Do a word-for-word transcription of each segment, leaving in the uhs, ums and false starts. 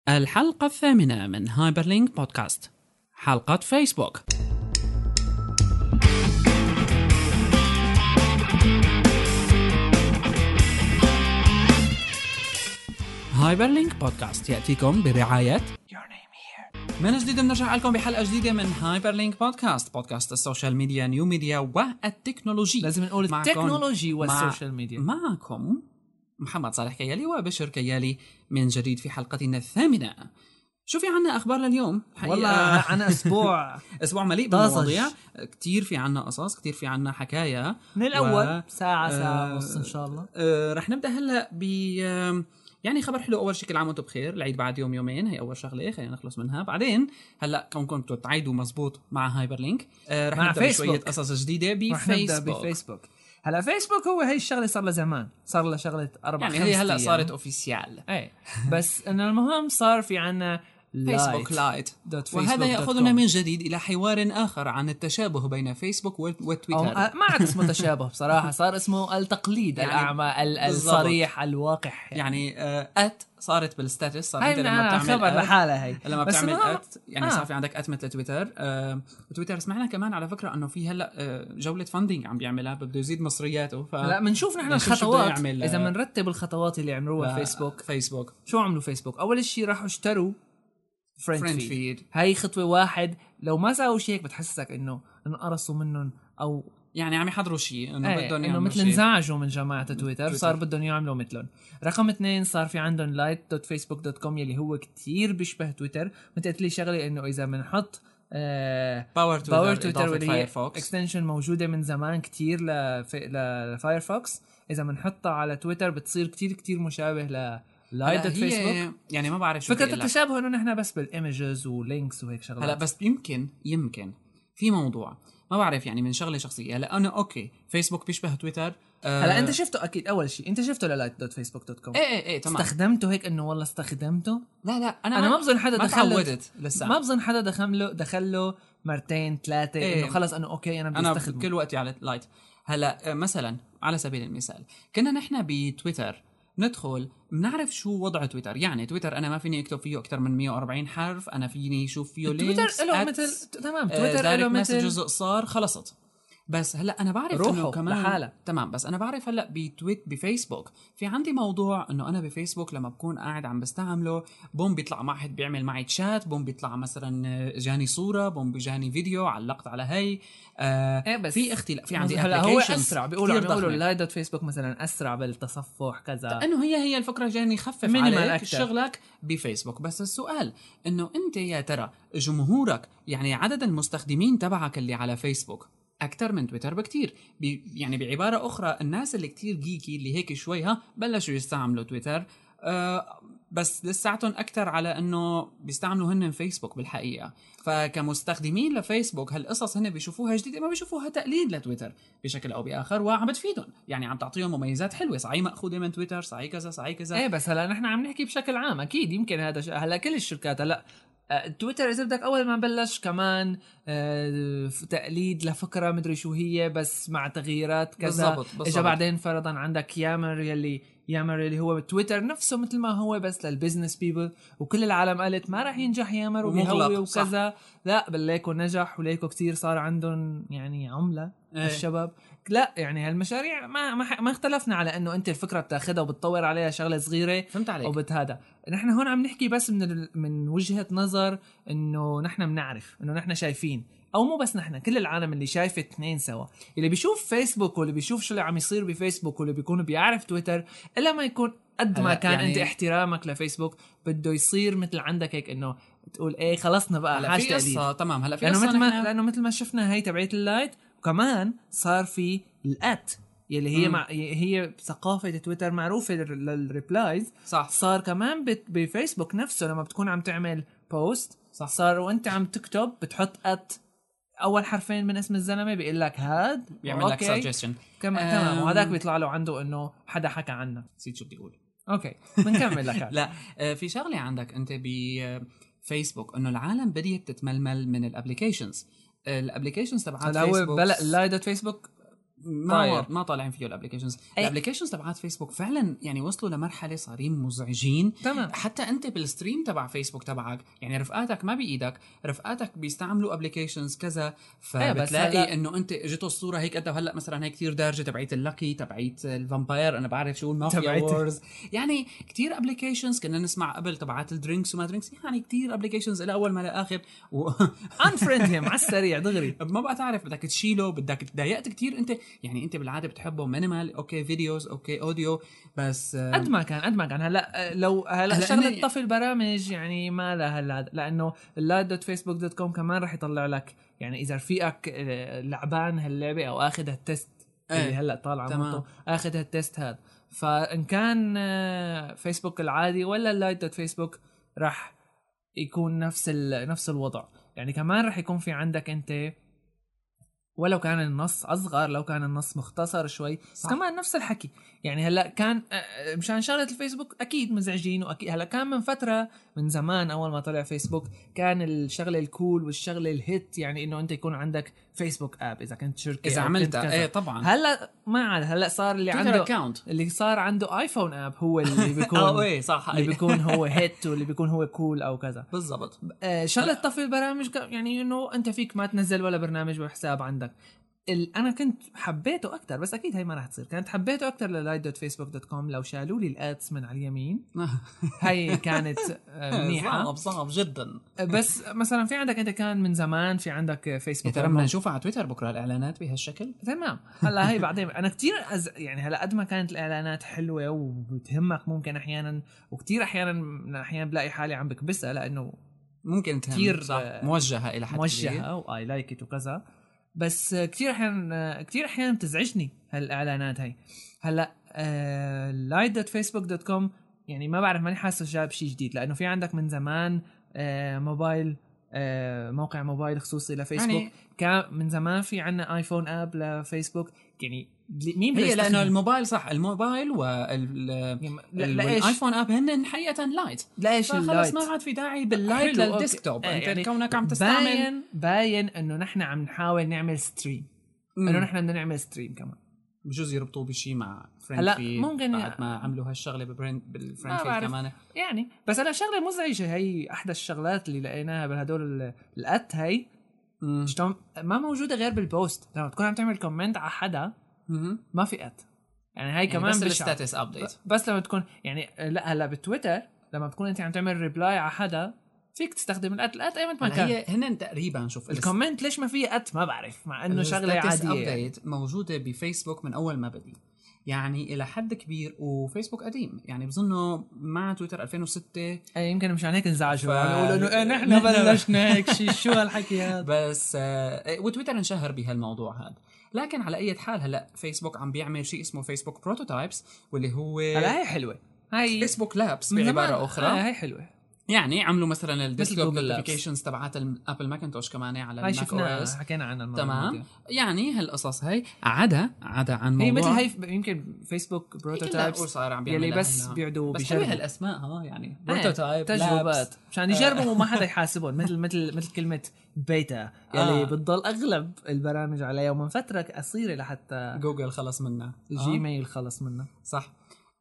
الحلقة الثامنة من هايبرلينك بودكاست، حلقة فيسبوك. هايبرلينك بودكاست يأتيكم برعاية من جديد. بنرجع لكم بحلقة جديدة من هايبرلينك بودكاست، بودكاست السوشيال ميديا، نيو ميديا والتكنولوجيا. لازم نقول التكنولوجي والسوشيال ميديا. معكم محمد صالح كيالي وبشر كيالي من جديد في حلقتنا الثامنة. شو في عنا أخبار لليوم؟ والله عنا أسبوع أسبوع مليء بالمواضيع كتير، في عنا قصص كتير، في عنا حكاية من الأول و... ساعة ساعة آه... ونص إن شاء الله. آه... رح نبدأ هلأ ب يعني خبر حلو. أول شيء كل عام وانتم بخير، العيد بعد يوم يومين، هي أول شغلة خلينا نخلص منها. بعدين هلأ كونكم تعيدوا مزبوط مع هايبرلينك، آه... رح نبدأ بشوية قصص جديدة بفيسبوك. بفيسبوك هلا فيسبوك هو هي الشغله صار له زمان، صار له شغله اربع يعني هي هلا صارت اوفيشال. اي بس انه المهم صار في عنا فيسبوك لايت، وهذا ياخذنا من جديد الى حوار اخر عن التشابه بين فيسبوك وتويتر. ما عاد اسمه تشابه بصراحه، صار اسمه التقليد يعني الاعمى الصريح الواقح يعني, يعني آه ات صارت بالستاتس، صار انت لما بتعمل خبر لحالها هي لما بتعمل ات يعني آه. صار في عندك ات مثل تويتر. آه تويتر سمعنا كمان على فكره انه في هلا آه جوله فاندنج عم بيعملها، بده يزيد مصرياته. ف لا بنشوف نحن الخطوات، اذا بنرتب الخطوات اللي عملوها فيسبوك. فيسبوك شو عملوا فيسبوك؟ اول شيء راحوا اشتروا فريند فيد. فيد هاي خطوه واحد، لو ما ساووا شيء هيك بتحسسك انه انقرصوا منهم او يعني عم يحضروا شيء انه ايه بدهم انه مثل انزعجوا من جماعه تويتر, تويتر. صار بدهم يعملوا مثلهم. رقم اثنين صار في عندهم لايت دوت فيسبوك دوت كوم يلي هو كتير بيشبه تويتر. مثل لي شغله انه اذا بنحط باور تويتر, تويتر واللي هي اكستنشن موجوده من زمان كتير لفايرفوكس، اذا بنحطها على تويتر بتصير كتير كتير مشابه ل لايت دوت فيسبوك. يعني ما بعرف شو فكره التشابه انه نحن بس بالايمجز ولينكس وهيك شغلات. هلا بس يمكن يمكن في موضوع ما بعرف يعني من شغله شخصيه. هلا انا اوكي فيسبوك بيشبه تويتر. أه هلا انت شفته اكيد. اول شيء انت شفته للايت دوت فيسبوك دوت كوم. ايه ايه ايه تمام. استخدمته هيك انه والله استخدمته؟ لا لا انا انا ما بظن حدا دخل لسه ما بظن حدا دخل له دخل له مرتين ثلاثه إيه. انه خلص انه اوكي انا بدي استخدمه. انا كل وقتي على لايت. هلا مثلا على سبيل المثال كنا نحن بتويتر ندخل بنعرف شو وضع تويتر. يعني تويتر انا ما فيني اكتب فيه اكثر من مية وأربعين حرف، انا فيني شوف فيه لينكس. تويتر له مثل تمام، تويتر له مثل جزء صار خلصت. بس هلا انا بعرف انه كمان لحالة. تمام. بس انا بعرف هلا بتويت بفيسبوك في عندي موضوع انه انا بفيسبوك لما بكون قاعد عم بستعمله بوم بيطلع واحد بيعمل معي تشات، بوم بيطلع مثلا جاني صوره، بوم بيجاني فيديو علقت على هي. آه إيه بس في اختلاف في عندي هلا هو اسرع بيقولوا عم بيقولوا اللايت دوت فيسبوك مثلا اسرع بالتصفح كذا، انه هي هي الفكره جاني خفف عليك شغلك بفيسبوك. بس السؤال انه انت يا ترى جمهورك يعني عدد المستخدمين تبعك اللي على فيسبوك أكتر من تويتر بكتير. بي يعني بعبارة أخرى الناس اللي كتير جيكي اللي هيك شوي ها بلشوا يستعملوا تويتر، أه بس لساتهم أكتر على أنه بيستعملوا هن فيسبوك بالحقيقة. فكمستخدمين لفيسبوك هالقصص هن بيشوفوها جديدة، ما بيشوفوها تقليد لتويتر بشكل أو بآخر، وعم بتفيدهم يعني عم تعطيهم مميزات حلوة، صحيح مأخوذة من تويتر، صحيح كذا صحيح كذا. إيه بس هلا نحن عم نحكي بشكل عام. أكيد يمكن هذا ش... هلا كل الشركات هلا تويتر إذا بدك أول ما بلش كمان آه تقليد لفكرة مدري شو هي، بس مع تغييرات كذا. إجا بعدين فرضا عندك يامر يلي يامر اللي هو تويتر نفسه مثل ما هو بس للبيزنس بيبل، وكل العالم قالت ما راح ينجح يامر وبيهوي وكذا. صح. لا بالليكو نجح وليكو كتير صار عندهم يعني عملة ايه. الشباب لا يعني هالمشاريع ما ما, ما اختلفنا على انه انت الفكره بتاخذها وبتطور عليها شغله صغيره. فهمت عليك. وبتهذا نحن هون عم نحكي بس من من وجهه نظر انه نحن بنعرف انه نحن شايفين، او مو بس نحن، كل العالم اللي شايف اثنين سوا، اللي بيشوف فيسبوك واللي بيشوف شو اللي عم يصير بفيسبوك واللي بيكون بيعرف تويتر، الا ما يكون قد ما كان يعني انت احترامك لفيسبوك بده يصير مثل عندك هيك انه تقول ايه خلصنا بقى حاجه قصه تمام. هلا في لانه مثل ما نحن... لانه مثل ما شفنا هي تبعيه اللايت، وكمان صار في الات يلي هي مع هي ثقافه تويتر معروفه للريبلايز. صح. صار كمان بفيسبوك نفسه لما بتكون عم تعمل بوست، صح، صار وانت عم تكتب بتحط ات اول حرفين من اسم الزلمه بيقول لك هاد، بيعمل لك سجستشن كمان تمام، وهداك بيطلع له عنده انه حدا حكى عنك. نسيت شو بدي اقول. اوكي بنكمل لك. لا في شغله عندك انت بفيسبوك انه العالم بديت تتململ من الابليكيشنز. الابليكيشنز تبعت فيسبوك هو بلا لايت دوت فيسبوك ما ما طالعين فيه الابلكيشنز. الابلكيشنز تبعات فيسبوك فعلا يعني وصلوا لمرحله صارين مزعجين. تمام. حتى انت بالستريم تبع فيسبوك تبعك يعني رفقاتك ما بايدك، رفقاتك بيستعملوا ابلكيشنز كذا، فبتلاقي انه انت اجته الصوره هيك قد هلا مثلا هي كثير دارجه تبعيت اللكي تبعيت الفامباير، انا بعرف شو المافيا وورز، يعني كثير ابلكيشنز كنا نسمع قبل تبعات الدرينكس وما درينكس، يعني كثير ابلكيشنز الى اول ما لاخر و... انفريند على السريع دغري ما بقى تعرف بدك تشيله، بدك تضايقت كثير انت يعني انت بالعاده بتحبه مينيمال اوكي فيديوز اوكي اوديو بس قد ما كان قد ما كان هلا لو هلا شغله طفي البرامج يعني ما لها هلا، لانه اللايت دوت فيسبوك دوت كوم كمان راح يطلع لك يعني اذا رفيقك لعبان هاللعبه او اخذ هالتست اللي ايه. هلا طالع موضوع اخذ هالتست هذا، فان كان فيسبوك العادي ولا اللايت دوت فيسبوك راح يكون نفس نفس الوضع، يعني كمان راح يكون في عندك انت ولو كان النص أصغر، لو كان النص مختصر شوي بس كمان نفس الحكي. يعني هلا كان مشان شغلة الفيسبوك أكيد مزعجين، وأكيد هلا كان من فترة من زمان أول ما طلع فيسبوك كان الشغلة الكول والشغلة الهيت يعني إنه أنت يكون عندك فيسبوك آب إذا كنت شركة إذا عملتها إيه طبعا. هلا ما عاد، هلا صار اللي عنده account. اللي صار عنده آيفون آب هو اللي بيكون أو إيه صح اللي بيكون هو هيت واللي بيكون هو كول أو كذا بالضبط. آه شغلة طفي البرامج يعني إنه أنت فيك ما تنزل ولا برنامج بحساب عندك. انا كنت حبيته اكثر بس اكيد هي ما راح تصير، كانت حبيته اكثر للايت دوت فيسبوك دوت كوم لو شالوا لي الادز من على اليمين هي كانت منيحه صعب صعب جدا. بس مثلا في عندك انت كان من زمان في عندك فيسبوك ترى بدنا نشوفها على تويتر بكره الاعلانات بهالشكل تمام. هلا هي بعدين انا كتير أز... يعني هلا قد ما كانت الاعلانات حلوه وبتهمك ممكن احيانا وكتير احيانا احيانا بلاقي حالي عم بكبسها لانه ممكن تهم كتير موجهه الى حد موجهه واي لايك ات وكذا، بس كتير احيانا كتير احيانا بتزعجني هالاعلانات هاي. هلا لايت دوت فيسبوك دوت كوم يعني ما بعرف ماني حاسس جاب شيء جديد لانه في عندك من زمان آه موبايل آه موقع موبايل خصوصي لفيسبوك يعني كان من زمان في عنا ايفون اب لفيسبوك يعني مين هي لانه الموبايل صح الموبايل والايفون اب هن حقيقه لايت ليش خلص ما عاد في داعي باللايت للديسكتوب. انت يعني كونك عم تستعمل باين باين انه نحن عم نحاول نعمل ستريم انه نحن بدنا نعمل ستريم كمان بجوز يربطوه بشيء مع فريند في ممكن بعد ما عملوا هالشغله ببرند بالفريند في كمان يعني. بس انا شغله مزعجه هي احدى الشغلات اللي لقيناها بهدول الات هي ما موجوده غير بالبوست لما تكون عم تعمل كومنت على حدا ما في ات يعني هي يعني كمان بس الستاتس ابديت بس لما تكون يعني لا هلا بالتويتر لما تكون انت عم تعمل ريبلاي على حدا فيك تستخدم الات الات ايمت ما كان هي هن تقريبا شوف الكومنت ليش ما في ات ما بعرف مع انه شغله عاديه ابديت موجوده بفيسبوك من اول ما بدي يعني الى حد كبير وفيسبوك قديم يعني بظنه مع تويتر ألفين وستة اي يمكن مشان هيك انزعجوا يعني يقولوا انه نحن بلشنا هيك شيء شو هالحكي هذا بس آه وتويتر انشهر بهالموضوع هذا. لكن على اي حال هلا فيسبوك عم بيعمل شيء اسمه فيسبوك بروتوتايبس واللي هو هلا هي حلوه هاي فيسبوك لابس بعباره اخرى هاي حلوه يعني عملوا مثلا الديسكتوب نوتيفيكيشنز تبعات الابل ماكنتوش كمان على الماك او اس حكينا عنها تمام يعني هالقصص هي عدا عدا عن موضوع هي مثل هي يمكن فيسبوك بروتوتايبس صار عم يلي بس بيعدوا بيشربوا هالاسماء ها يعني بروتوتايب تجربات مشان يجربوا وما حدا يحاسبهم مثل مثل مثل كلمه بيتا يلي آه. بتضل اغلب البرامج عليها ومن فتره قصيره لحتى جوجل خلص منها الجيميل خلص منها صح.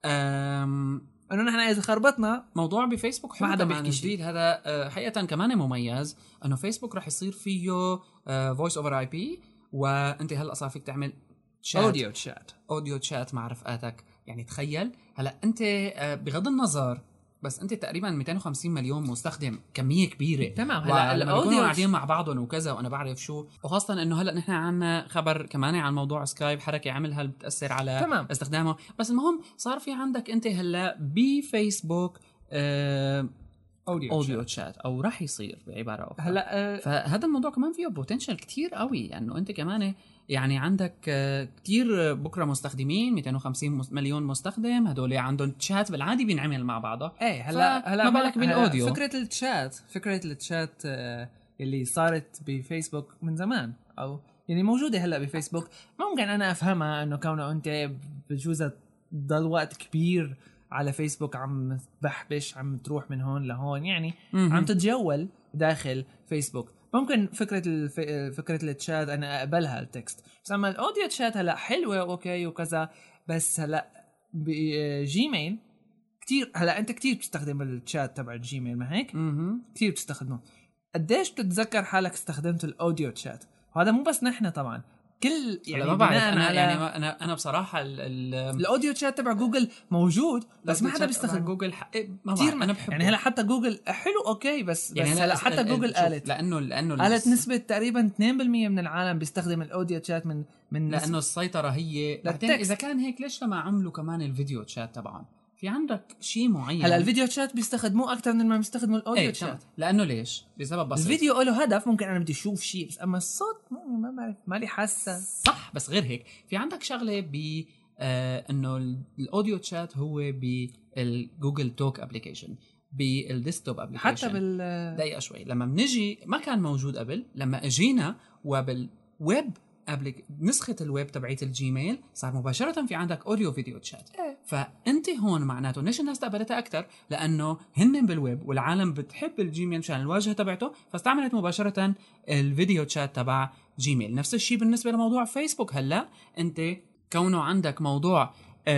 أم انه نحن اذا خربطنا موضوع بفيسبوك حلو كمان جديد هذا حقيقه كمان مميز انه فيسبوك راح يصير فيه فويس اوفر اي بي وانت هلا صار فيك تعمل شات اوديو شات اوديو شات مع رفقاتك. يعني تخيل هلا انت بغض النظر بس انت تقريبا مئتين وخمسين مليون مستخدم كميه كبيره تمام. هلا الاوديو قاعدين مع بعضهم وكذا وانا بعرف شو وخاصه انه هلا نحن عنا خبر كمان عن موضوع سكايب حركه عملها بتاثر على تمام. استخدامه. بس المهم صار في عندك انت هلا بفيسبوك آه اوديو, أوديو شات او راح يصير بعباره اخرى هلا آه فهذا الموضوع كمان فيه بوتنشل كتير قوي لانه يعني انت كمان يعني عندك كتير بكره مستخدمين مئتين وخمسين مليون مستخدم هدول عندهم شات بالعادي بينعمل مع بعضه. ايه هلا هلا ما بالك بالاوديو. فكره الشات فكره الشات اللي صارت بفيسبوك من زمان او يعني موجوده هلا بفيسبوك ممكن انا افهمها انه كونه انت بجوز تضل وقت كبير على فيسبوك عم تبحبش عم تروح من هون لهون يعني م-م. عم تتجول داخل فيسبوك. ممكن فكره الف... فكره التشات انا اقبلها التكست، بس اما الاوديو تشات هلا حلوه اوكي وكذا، بس هلا بجيميل كتير هلا انت كتير بتستخدم التشات تبع الجيميل ما هيك؟ اها كتير بتستخدمه. قديش بتتذكر حالك استخدمت الاوديو تشات؟ وهذا مو بس نحن طبعا كل يعني ما بعرف أنا على يعني انا انا بصراحه ال ال الاوديو تشات تبع جوجل موجود بس ما حدا بيستخدم جوجل ح... ما كتير انا بحبه يعني هلا حتى جوجل حلو اوكي بس يعني بس هلا حتى جوجل قالت لانه لانه قالت نسبه تقريبا اثنين بالمية من العالم بيستخدم الاوديو تشات من من لانه السيطره هي بعدين اذا كان هيك ليش لما عملوا كمان الفيديو تشات تبعهم في عندك شيء معين. هلا الفيديو تشات بيستخدموه اكثر من ما بيستخدموا الاوديو ايه تشات لانه ليش بسبب بسيط الفيديو له هدف ممكن انا بدي اشوف شيء بس اما الصوت ما بعرف مالي حاسه صح. بس غير هيك في عندك شغله ب آه انه الاوديو تشات هو بالجوجل توك ابلكيشن بالديسكتوب ابلكيشن حتى بال دقيقه شوي لما بنجي ما كان موجود قبل لما اجينا وبالويب قبل نسخه الويب تبعت الجيميل صار مباشره في عندك اوديو فيديو تشات. إيه. فانت هون معناته ليش الناس تقبلتها اكثر لانه هن بالويب والعالم بتحب الجيميل مشان الواجهه تبعته فاستعملت مباشره الفيديو تشات تبع جيميل. نفس الشيء بالنسبه لموضوع فيسبوك. هلا انت كونه عندك موضوع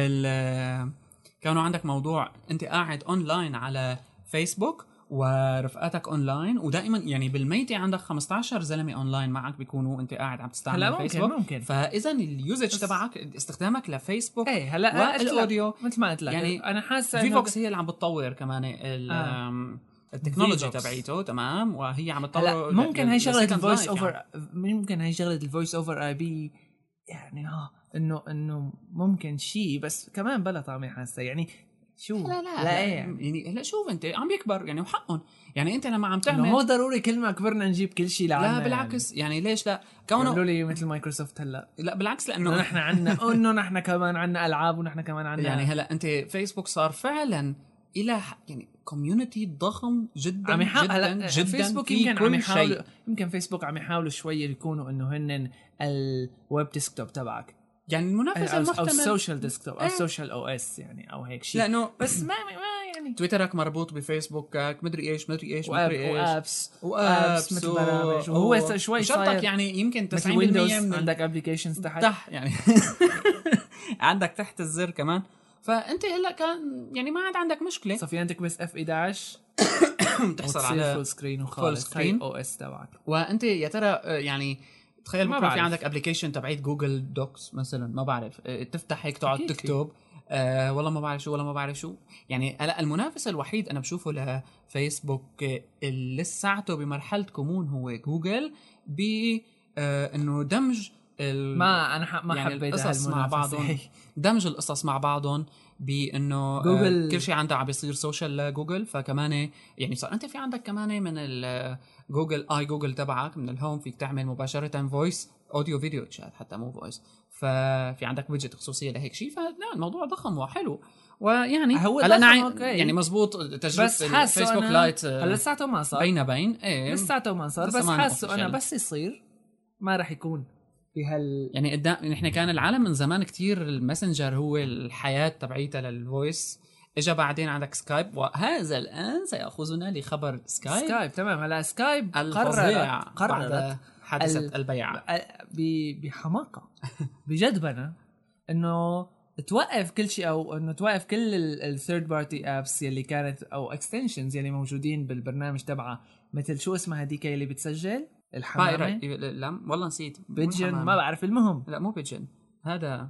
كونه عندك موضوع انت قاعد اونلاين على فيسبوك ورفقاتك اونلاين ودائما يعني بالميتة عندك خمسة عشر زلمه اونلاين معك بيكونوا انت قاعد عم تستعمل هلا فيسبوك ممكن. فاذا اليوزج تبعك استخدامك لفيسبوك ايه هلا والاوديو مثل ما قلت لك يعني انا حاسه فيفوكس هي اللي عم بتطور كمان آه. التكنولوجيا تبعيته تمام وهي عم تطور. ممكن هي شغله الفويس اوفر ممكن هي شغله الفويس اوفر اي بي يعني ها انه انه ممكن شيء بس كمان بلا طعمه حاسه يعني شو لا لا, لا, لا ايه يعني هلا شوف انت عم يكبر يعني وحقهم يعني انت لما عم تعمل مو ضروري كل ما كبرنا نجيب كل شيء لعنا. لا بالعكس يعني, يعني ليش لا كونه قالوا لي مثل مايكروسوفت هلا لا بالعكس لانه نحن عندنا انه نحن كمان عندنا العاب ونحن كمان عندنا يعني هلا انت فيسبوك صار فعلا الى يعني كوميونتي ضخم جدا عم يحاول جدا جدا فيسبوك يمكن عم يحاولوا يمكن فيسبوك عم يحاولوا شويه يكونوا انه هن الويب ديسكتوب تبعك يعني المنافسه المحتمل او السوشيال ديسكتوب او السوشيال او اس يعني او هيك شيء لانه بس ما, ما يعني تويترك مربوط بفيسبوكك مدري ايش مدري ايش مدري ايش وابس وابس مثل برامج وهو شوي صاير يعني يمكن تسعين بالمية من عندك ابلكيشنز تحت تحت يعني عندك تحت الزر كمان فانت هلا كان يعني ما عاد عندك مشكله صفي عندك بس اف احد عشر تحصل على فول سكرين وخالص هاي او اس تبعك. وانت يا ترى يعني تخيل بكره في عندك ابلكيشن تبعيت جوجل دوكس مثلا ما بعرف تفتح هيك تقعد تكتب آه والله ما بعرف شو والله ما بعرف شو يعني. هلا المنافس الوحيد انا بشوفه لفيسبوك اللي لساته بمرحله كمون هو جوجل ب آه انه دمج ما انا ح... ما يعني حبيت القصص مع بعضهم دمج القصص مع بعضهم بانه جوجل كل شيء عنده عم بيصير سوشيال لجوجل فكمان يعني صار انت في عندك كمان من جوجل اي جوجل تبعك من الهوم فيك تعمل مباشره فويس اوديو فيديو تشات حتى مو فويس ففي عندك ويدجت خصوصيه لهيك شيء فلا الموضوع ضخم وحلو ويعني هلا انا يعني مزبوط تجربه فيسبوك لايت هلا لساته ما صار بين بين ايه لساته ما صار بس حاسه انا بس يصير ما راح يكون بهال يعني قدام نحن كان العالم من زمان كتير الماسنجر هو الحياه تبعيتها للفويس اجى بعدين عندك سكايب وهذا الان سياخذنا لخبر سكايب سكايب تمام هلا سكايب قررت قررت حادثه ال... البيع بحماقه بجدبنا انه توقف كل شيء او انه توقف كل الثيرد بارتي ابس يلي كانت او اكستنشنز يلي موجودين بالبرنامج تبعها مثل شو اسمها هذيك اللي بتسجل الحمامه لا والله نسيت بيجن ما بعرف المهم لا مو بيجن هذا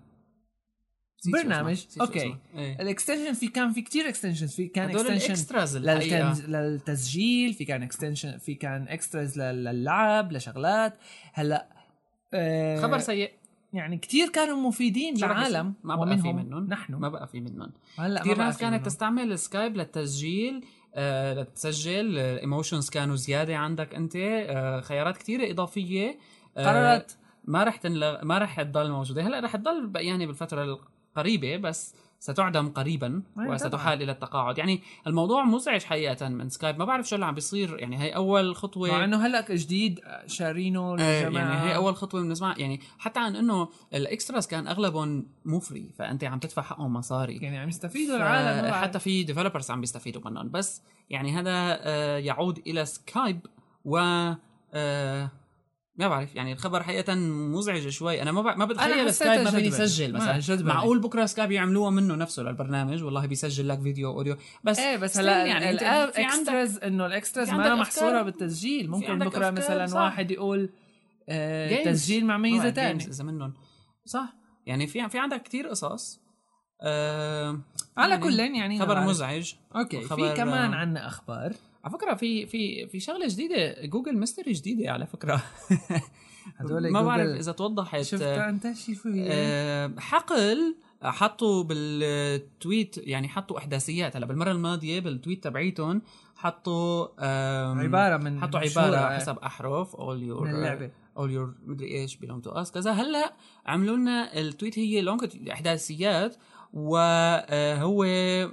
برنامج اوكي ايه. الاكستنشن في كان في كتير اكستنشنز في كان اكستنشن للتنز... للتسجيل في كان اكستنشن في كان اكستراز للعب لشغلات هلا اه خبر سيء يعني كتير كانوا مفيدين للعالم ما بقى في منهم نحن ما بقى في منهم هلا كتير ناس كانت تستعمل سكايب للتسجيل آه لتسجل ايموشنز كانوا زياده عندك انت آه خيارات كتيره اضافيه آه قررت ما رح تنلغ... ما رح تضل موجوده هلا رح تضل يعني بالفتره القريبه بس ستعدم قريبا وستحال الى التقاعد. يعني الموضوع مزعج حقيقه من سكايب ما بعرف شو اللي عم بيصير يعني هي اول خطوه مع انه هلا جديد شارينه الجماعه يعني هي اول خطوه بنسمع يعني حتى عن انه الاكستراس كان اغلبهم مو فري فانت عم تدفع حقهم مصاري يعني عم يستفيدوا العالم حتى في ديفلوبرز عم بيستفيدوا منهم بس يعني هذا يعود الى سكايب و أه ما بعرف يعني الخبر حقيقة مزعج شوي. أنا ما ما بتخيل سكايب ما بين يسجل مثلا. معقول بكرة سكايب يعملوه منه نفسه للبرنامج والله بيسجل لك فيديو أوديو بس. إيه بس هلا يعني الإكستراز إنه الإكستراز ما محصورة بالتسجيل. ممكن بكرة مثلا صح. واحد يقول آه تسجيل مع ميزة تانية إذا منهم صح يعني في في عندك كتير قصص. أه على يعني كل يعني خبر مزعج. أوكي في كمان عنا أخبار على فكرة في في في شغلة جديدة جوجل ميستري جديدة على فكرة. ما بعرف إذا توضحت. شفت أنت شي فيه أه حقل حطوا بالتويت يعني حطوا إحداثيات. هلا بالمرة الماضية بالتويت تبعيتهم حطوا عبارة من حطوا عبارة حسب أحرف all your من اللعبة all your مدري إيش belong to us كذا. هلا عملوا لنا التويت هي لونج إحداثيات وهو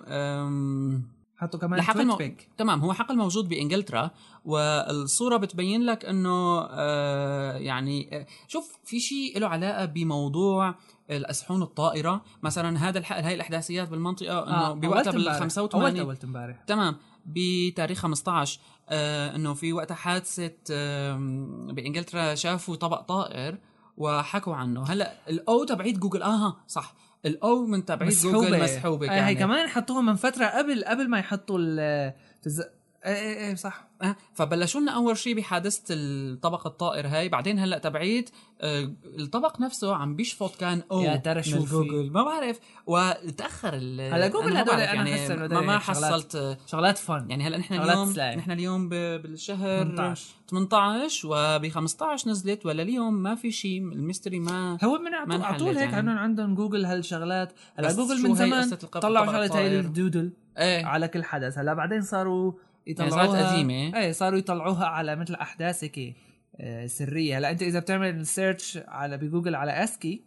حطوا كمان تويت بيك. تمام هو حقل موجود بإنجلترا والصورة بتبين لك إنه آه يعني آه شوف في شيء له علاقة بموضوع الأسحون الطائرة مثلا. هذا الحقل هاي الإحداثيات بالمنطقة إنه آه بوقتها بالخمسة وثمانين أولت امبارح تمام بتاريخ خمسة عشر آه إنه في وقتها حادثة آه بإنجلترا شافوا طبق طائر وحكوا عنه. هلا الأو تبعيد جوجل آها صح الاو من تبعيد جوجل مسحوبه يعني. هي كمان حطوها من فتره قبل قبل ما يحطوا ال تز... ايه ايه صح. أه فبلشوا لنا اول شيء بحادثه الطبق الطائر هاي. بعدين هلا تبعيد آه الطبق نفسه عم بيشفط كان او يا ترى شو جوجل ما بعرف وتاخر هلا جوجل هدول انا يعني ما, ما حصلت شغلات فن يعني. هلا نحن اليوم نحن اليوم بالشهر ثمانية عشر وب خمسة عشر نزلت ولا اليوم ما في شيء الميستري ما هو من على طول هيك يعني. عندهم جوجل هالشغلات. هلا جوجل من زمان طلعوا شغله هاي الدودل ايه. على كل حدث. هلا بعدين صاروا يطلعوها قديمه ايه صاروا يطلعوها على مثل احداث هيك سريه. هلا انت اذا بتعمل سيرش على بجوجل على اسكي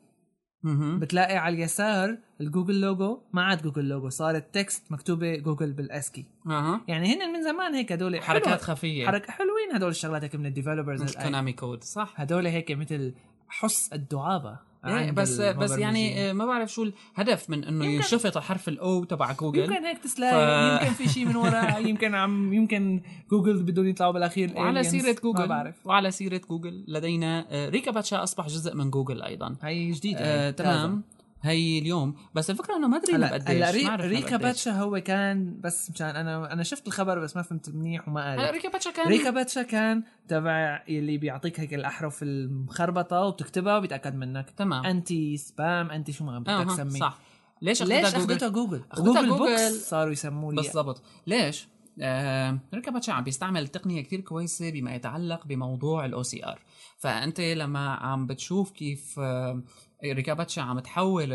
بتلاقي على اليسار الجوجل لوجو ما عاد جوجل لوجو صارت تكست مكتوبه جوجل بالاسكي. أه. يعني هن من زمان هيك هدول حركات خفيه حركه حلوين هدول الشغلات هيك من الديفلوبرز مش كونامي كود صح. هدول هيك مثل حس الدعابه إيه بس بس يعني ما بعرف شو الهدف من انه ينشفط حرف الاو تبع جوجل. يمكن هيك تسلاقي ف... يمكن في شيء من وراء يمكن عم يمكن جوجل بدهم يطلعوا بالاخير. وعلى سيره جوجل ما بعرف. وعلى سيره جوجل لدينا ريكا باتشا اصبح جزء من جوجل ايضا. هي جديده آه تمام هي اليوم بس الفكره انه ما ادري قديش. ريكا باتشا هو كان بس مشان انا انا شفت الخبر بس ما فهمت منيح وما قال. ريكا باتشا كان ريكا باتشا كان تبع اللي بيعطيك هيك الاحرف المخربطه وبتكتبها وبيتاكد منك تمام. انتي سبام انتي شو ما بدك تسميه. صح. ليش اخذتها جوجل؟ اخذتها جوجل جوجل بوكس صاروا يسموه لي بالضبط. ليش آه، ريكا باتشا عم بيستعمل تقنيه كتير كويسه بما يتعلق بموضوع الاو سي ار. فانت لما عم بتشوف كيف آه ريكا باتشا عم تحول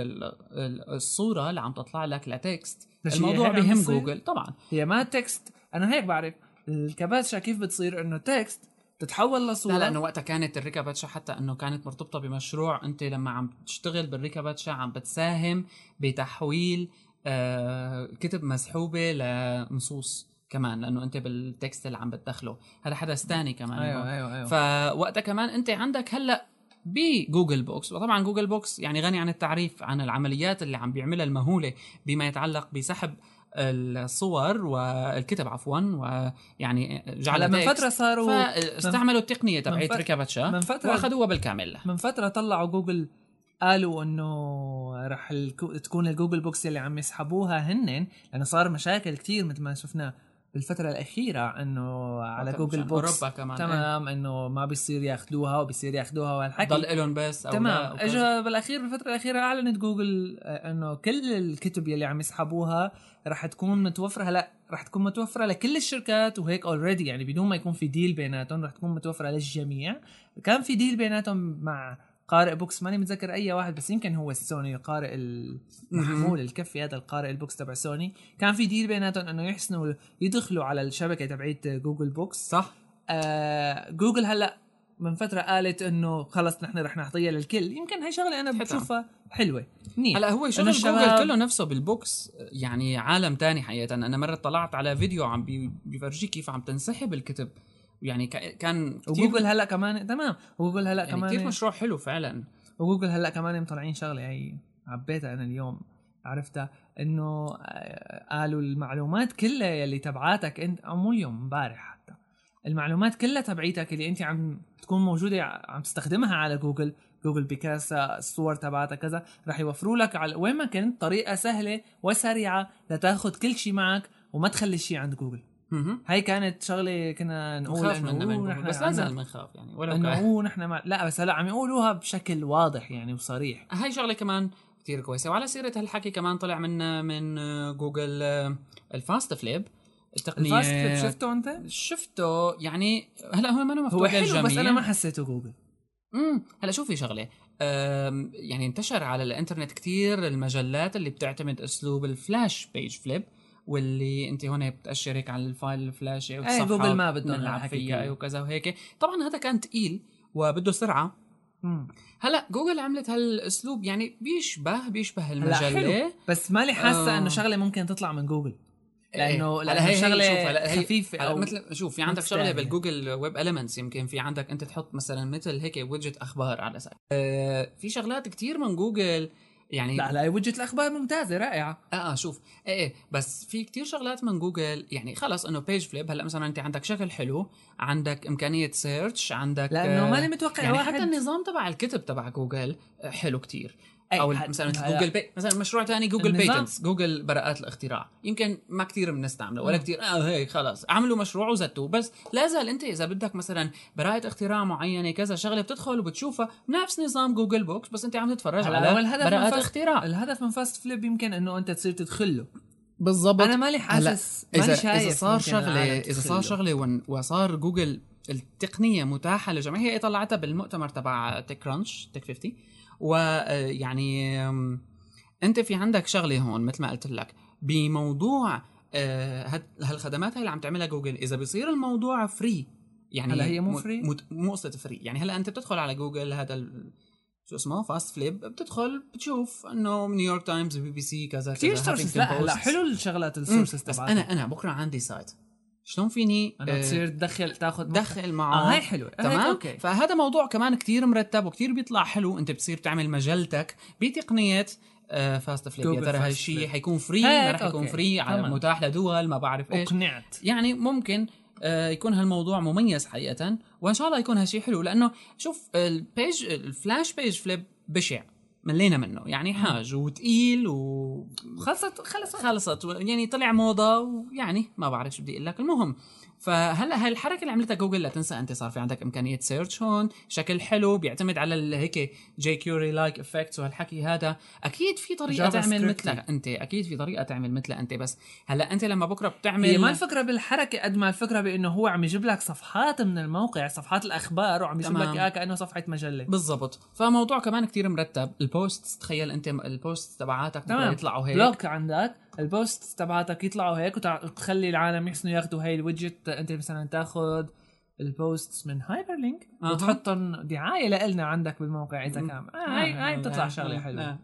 الصوره اللي عم تطلع لك لتكست الموضوع بهم جوجل طبعا. هي ما تكست انا هيك بعرف الكاباتشا كيف بتصير انه تكست تتحول لصوره. لا لانه وقتها كانت الريكا باتشا حتى انه كانت مرتبطه بمشروع. انت لما عم تشتغل بالريكا باتشا عم بتساهم بتحويل آه كتب مسحوبه لنصوص كمان لانه انت بالتكست اللي عم بتدخله هذا حدث ثاني كمان. ايوه ايوه ايوه. فوقتها كمان انت عندك هلا بجوجل بوكس. وطبعا جوجل بوكس يعني غني عن التعريف عن العمليات اللي عم بيعملها المهوله بما يتعلق بسحب الصور والكتب عفوا ويعني جعل من فتره صاروا استعملوا التقنيه تبعت ريكا باتشا واخذوها بالكامل. من فتره طلعوا جوجل قالوا انه راح تكون الجوجل بوكس اللي عم يسحبوها هنن لانه صار مشاكل كتير مثل ما شفنا بالفتره الاخيره انه على جوجل بوكس تمام انه ما بيصير ياخذوها وبيصير ياخذوها وهالحكي ضل لهم بس أو تمام. اجى بالاخير بالفتره الاخيره اعلنت جوجل انه كل الكتب يلي عم يسحبوها راح تكون متوفره. هلا راح تكون متوفره لكل الشركات وهيك اوريدي يعني بدون ما يكون في ديل بيناتهم راح تكون متوفره للجميع. كان في ديل بيناتهم مع قارئ بوكس ماني متذكر اي واحد بس يمكن هو سوني القارئ المحمول الكفي هذا القارئ البوكس تبع سوني. كان في ديل بيناتهم انه يحسنوا يدخلوا على الشبكه تبعت جوجل بوكس صح. آه جوجل هلا من فتره قالت انه خلص نحن رح نعطيها للكل. يمكن هاي شغله انا بشوفها حلوه منيح. هلا هو شغل جوجل كله نفسه بالبوكس يعني عالم تاني حقيقه. انا مره طلعت على فيديو عم بيفرجيك كيف عم تنسحب الكتب يعني كان وجوجل هلا كمان تمام. وجوجل هلا يعني كمان كتير مشروع حلو فعلا. وجوجل هلا كمان مطلعين شغله هي عبيتها انا اليوم عرفتها انه قالوا المعلومات كلها اللي تبعاتك انت او مو اليوم امبارح حتى المعلومات كلها تبعيتك اللي انت عم تكون موجوده عم تستخدمها على جوجل جوجل بيكاسا الصور تبعتك كذا رح يوفروا لك على وين ما كنت طريقه سهله وسريعه لتاخذ كل شيء معك وما تخلي شيء عند جوجل. هاي كانت شغله كنا نقول انه نحن بس لازم بنخاف يعني ولا انه نحن ما... لا بس هلا عم يقولوها بشكل واضح يعني وصريح. هاي شغله كمان كتير كويسه. وعلى سيره هالحكي كمان طلع من من جوجل الفاست فليب التقنيه. الفاست فليب شفته انت؟ شفته يعني هلا هو ما انا مفتوح حلو بس انا ما حسيته جوجل. امم هلا شوفي شغله يعني انتشر على الانترنت كتير المجلات اللي بتعتمد اسلوب الفلاش بيج فليب واللي انت هون بتاشرك على الفايل الفلاشي والصفحه جوجل ما بدنا نلعب فيها وكذا وهيك. طبعا هذا كان تقيل وبده سرعه. مم. هلا جوجل عملت هالاسلوب يعني بيشبه بيشبه المجله بس مالي حاسه آه. انه شغله ممكن تطلع من جوجل لانه لانه شغله خفيفه او مثل شوف في عندك شغله بالجوجل ويب إليمنتس يمكن في عندك انت تحط مثلا مثل هيك ويدجت اخبار على سبيل آه في شغلات كتير من جوجل يعني لا لا وجهة الأخبار ممتازة رائعة. آه شوف إيه إيه بس في كتير شغلات من جوجل يعني خلص إنه بيج فليب. هلا مثلا أنت عندك شكل حلو عندك إمكانية سيرش عندك لأنه ماني متوقع يعني واحد حتى النظام تبع الكتب تبع جوجل حلو كتير. أو مثلا جوجل بي مثلا مشروع تاني جوجل بيتنتس جوجل براءات الاختراع يمكن ما كتير بنستعمله ولا كتير آه هيك خلاص عملوا مشروع وزتوه. بس لازال أنت إذا بدك مثلا براءة اختراع معينة كذا شغلة بتدخل وبتشوفها نفس نظام جوجل بوكس بس أنت عم تتفرج على براءات اختراع. الهدف من فاست فليب يمكن إنه أنت تصير تدخله بالضبط. أنا مالي حاسس مالي شايف إذا صار شغلة إذا صار شغلة وصار جوجل التقنية متاحة للجميع. هي طلعتها بالمؤتمر تبع تك كرانش تك خمسين ويعني أنت في عندك شغلة هون مثل ما قلت لك بموضوع هالخدمات هاي اللي عم تعملها جوجل. إذا بيصير الموضوع فري يعني هلا هي مو فري مو قصة فري يعني هلا أنت بتدخل على جوجل هذا شو اسمه فاست فليب بتدخل بتشوف انه نيويورك تايمز بي بي سي كذا كثير سورسز. لا لا حلو الشغلات السورسز تبعها. انا انا بكره عندي سايت شلون فيني انا تصير تدخل تاخذ دخل معه آه هاي حلوه تمام. فهذا موضوع كمان كتير مرتب وكتير بيطلع حلو. انت بتصير تعمل مجلتك بتقنيه آه فاست فليب. يا ترى هالشيء حيكون فري ما راح يكون فري على متاح لدول ما بعرف ايش اقنعت يعني ممكن آه يكون هالموضوع مميز حقيقه وان شاء الله يكون هالشيء حلو. لانه شوف البيج الفلاش بيج فليب بشع ملينا منه يعني حاج وتقيل وخلصت خلصت خلصت يعني طلع موضة ويعني ما بعرف شو بدي اقول لك. المهم فهلا هاي الحركه اللي عملتها جوجل لا تنسى انت صار في عندك امكانيه سيرش هون شكل حلو بيعتمد على هيك جي كيوري لايك افكتس وهالحكي هذا. اكيد في طريقه تعمل مثلها انت اكيد في طريقه تعمل مثلها انت. بس هلا انت لما بكره بتعمل هي ما الفكره بالحركه قد ما الفكره بانه هو عم يجيب لك صفحات من الموقع صفحات الاخبار وعم يجيب لك اياها كانه صفحه مجله بالضبط. فموضوع كمان كتير مرتب. البوست تخيل انت البوست تبعاتك يطلعوا هيك بلوك عندك البوست تبعاتك يطلعوا هيك وتخلي العالم يحسنوا ياخذوا هاي الويدجت. انت مثلا تاخذ البوستس من هايبر لينك أه. وتحطهم دعايه لنا عندك بالموقع اذا كان آه هاي هاي بتطلع شغله حلوه.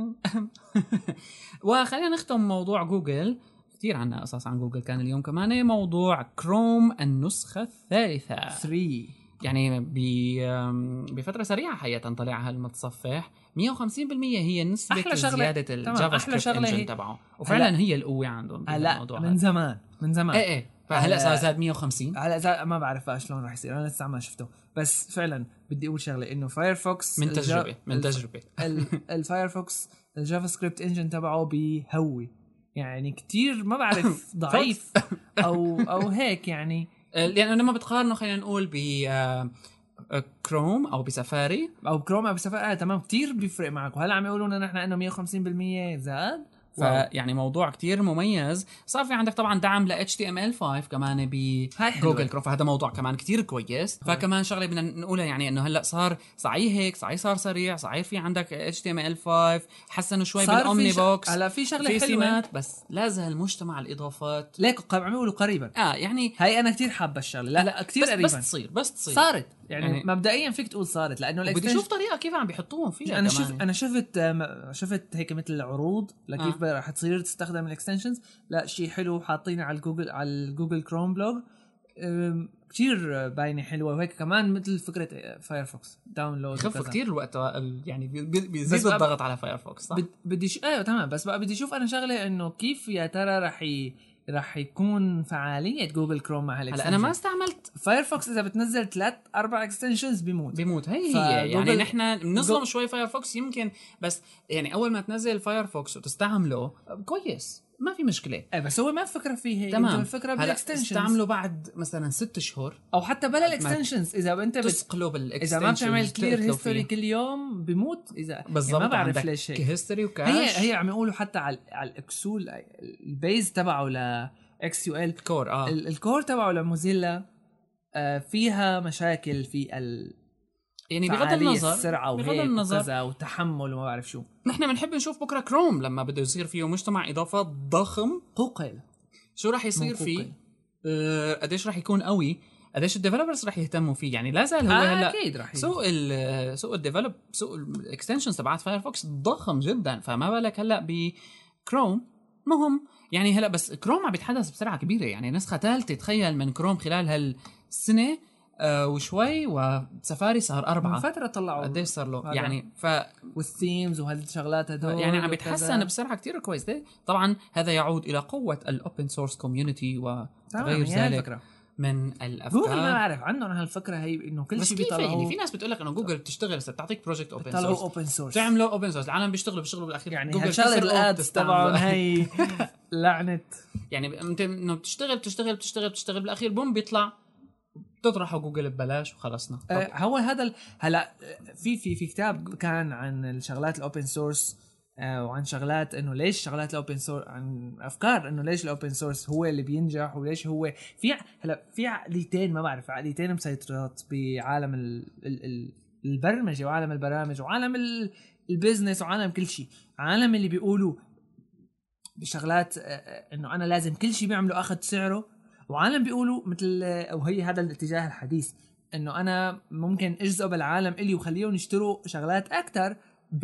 وخلينا نختم موضوع جوجل. كثير عنا قصص عن جوجل كان اليوم كمان. موضوع كروم النسخه الثالثه ثلاثة يعني بفتره سريعه حقيقه طلع هالمتصفح مية وخمسين بالمية هي نسبه زياده الجافا سكريبت انجن تبعه وفعلا هي القوه عندهم بالموضوع من زمان من زمان ايه ايه فهلا صار زاد مية وخمسين. هلا زاد ما بعرف شلون راح يصير انا لسه ما شفته. بس فعلا بدي اقول شغله انه فايرفوكس من تجربه من تجربه الفايرفوكس الجافا سكريبت انجن تبعه بيهوي يعني كتير ما بعرف ضعيف او او هيك يعني لانه لما بتقارنه خلينا نقول ب كروم او بسفاري او كروم او بسفاري آه تمام كتير بيفرق معك. وهلا عم يقولوا لنا نحن انه مية وخمسين بالمية زاد. فيعني موضوع كتير مميز. صار في عندك طبعا دعم ل إتش تي إم إل خمسة كمان بجوجل كروم فهذا موضوع كمان كتير كويس. فكمان شغله بدنا نقولها يعني انه هلا صار صحيح هيك صحيح صار سريع صحيح في عندك إتش تي إم إل خمسة حسنوا شوي بالاومني بوكس. هلا في شغله حلوه بس لازم المجتمع الاضافات ليك عم يقولوا قريبا اه يعني هاي انا كتير حابه الشغله. لا, لا كتير قريبا بس تصير بس تصير صارت يعني, يعني مبدئيا فيك تقول صارت لانه بدي اشوف طريقه كيف عم بيحطوهم فيها. انا شوف انا شفت شفت هيك مثل العروض لكيف آه. رح تصير تستخدم الاكستنشنز. لا شيء حلو حاطينه على الجوجل على الجوجل كروم بلوج كتير باينه حلوه. وهيك كمان مثل فكره فايرفوكس داونلود خف كتير الوقت يعني بيزيد الضغط على فايرفوكس صح. بدي ش... ايوه تمام. بس بقى بدي اشوف انا شغله انه كيف يا ترى رح ي... راح يكون فعاليه جوجل كروم مع هلا انا ما استعملت فايرفوكس. اذا بتنزل ثلاث اربع اكستنشنز بيموت بيموت هي هي يعني نحن بنظلم شوي فايرفوكس يمكن، بس يعني اول ما تنزل فايرفوكس وتستعمله كويس ما في مشكله. ايه بس هو ما الفكره فيه هي، تمام. الفكره بالاكستنشنز استعمله بعد مثلا ست شهور او حتى بلا الاكستنشنز. اذا انت بتسقله بالاكستنشنز اذا ما بتعمل كلير هيستوري كل يوم بيموت. اذا يعني ما بعرف ليش هيك هيستوري وكاش. هي هي عم يقولوا حتى على على الاكسول البيز تبعه ل اكس يو ال كور اه الكور تبعه لموزيلا آه فيها مشاكل في ال يعني بغض النظر السرعه بغض النظر وتحمل وما بعرف شو. نحن بنحب نشوف بكره كروم لما بده يصير فيه مجتمع اضافات ضخم قوقل شو راح يصير فيه آه قديش راح يكون قوي، قديش الديفلوبرز راح يهتموا فيه. يعني لا زال هو آه هلا اكيد راح سوق ال سوق الديفلوب سوق الاكستنشنز تبعت فايرفوكس ضخم جدا، فما بالك هلا بكروم. مهم يعني هلا بس كروم عم بيتحدث بسرعه كبيره، يعني نسخه ثالثه تخيل من كروم خلال هالسنه آه وشوي، وسفاري صار أربعة من فترة طلعوا قديش صار له يعني ف والثيمز وهالشغلات هدول يعني عم بيتحسن بسرعة كتير كويسة. طبعا هذا يعود إلى قوة الأوبن سورس كوميونيتي وغير ذلك من الأفكار. جوجل ما بعرف عندهم هالفكرة هي إنه كل شيء بيطلعوا يعني في ناس بتقول لك إنه جوجل بتشتغل تعطيك بروجكت أوبن سورس بيطلعوا أوبن سورس تعملوا أوبن سورس العالم بيشتغلوا بيشتغلوا بالأخير يعني جوجل شغل الأدز طبعا هي لعنة. يعني أنت إنه بتشتغل بتشتغل بتشتغل بتشتغل بالأخير بوم بيطلع تطرحوا جوجل ببلاش وخلصنا. أه هو هذا ال... هلا في في في كتاب كان عن الشغلات الاوبن سورس أه وعن شغلات انه ليش شغلات الاوبن سورس، عن افكار انه ليش الاوبن سورس هو اللي بينجح وليش هو في هلا في عقليتين ما بعرف عقليتين مسيطرات بعالم ال... ال... ال... البرمجه وعالم البرامج وعالم ال... البيزنس وعالم كل شيء. عالم اللي بيقولوا بشغلات انه انا لازم كل شيء بيعمله اخذ سعره، وعالم بيقولوا مثل او هي هذا الاتجاه الحديث انه انا ممكن اجذب العالم الي وخليهم يشتروا شغلات اكثر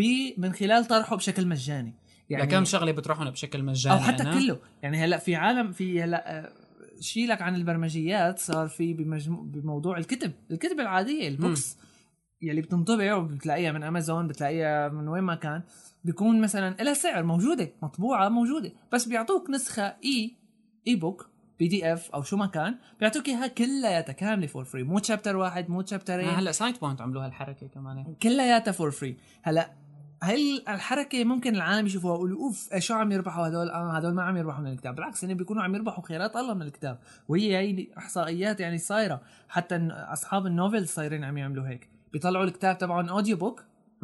من خلال طرحه بشكل مجاني. يعني لكم شغله بتروحون بشكل مجاني او حتى أنا. كله يعني هلا في عالم في هلا شيلك عن البرمجيات صار في بمجمو... بموضوع الكتب الكتب العاديه البوكس م. يلي بتنطبع وبتلاقيها من امازون بتلاقيها من وين ما كان بيكون مثلا لها سعر موجوده مطبوعه موجوده بس بيعطوك نسخه اي اي بوك بي دي اف او شو ما كان بيعطوك اياها كلياتها كامله فور فري مو تشابتر واحد مو تشابترين. هلا سايت بوينت عملوا هالحركه كمان كلياتها فور فري. هلا هاي الحركه ممكن العالم يشوفوها يقولوا اوف شو عم يربحوا هدول آه هدول ما عم يربحوا من الكتاب، بالعكس هن بيكونوا عم يربحوا خيرات الله من الكتاب. وهي هي احصائيات يعني صايره حتى اصحاب النوفل صايرين عم يعملوا هيك بيطلعوا الكتاب تبعهم اوديو بوك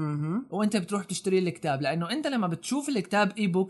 وانت بتروح تشتري الكتاب لانه انت لما بتشوف الكتاب اي بوك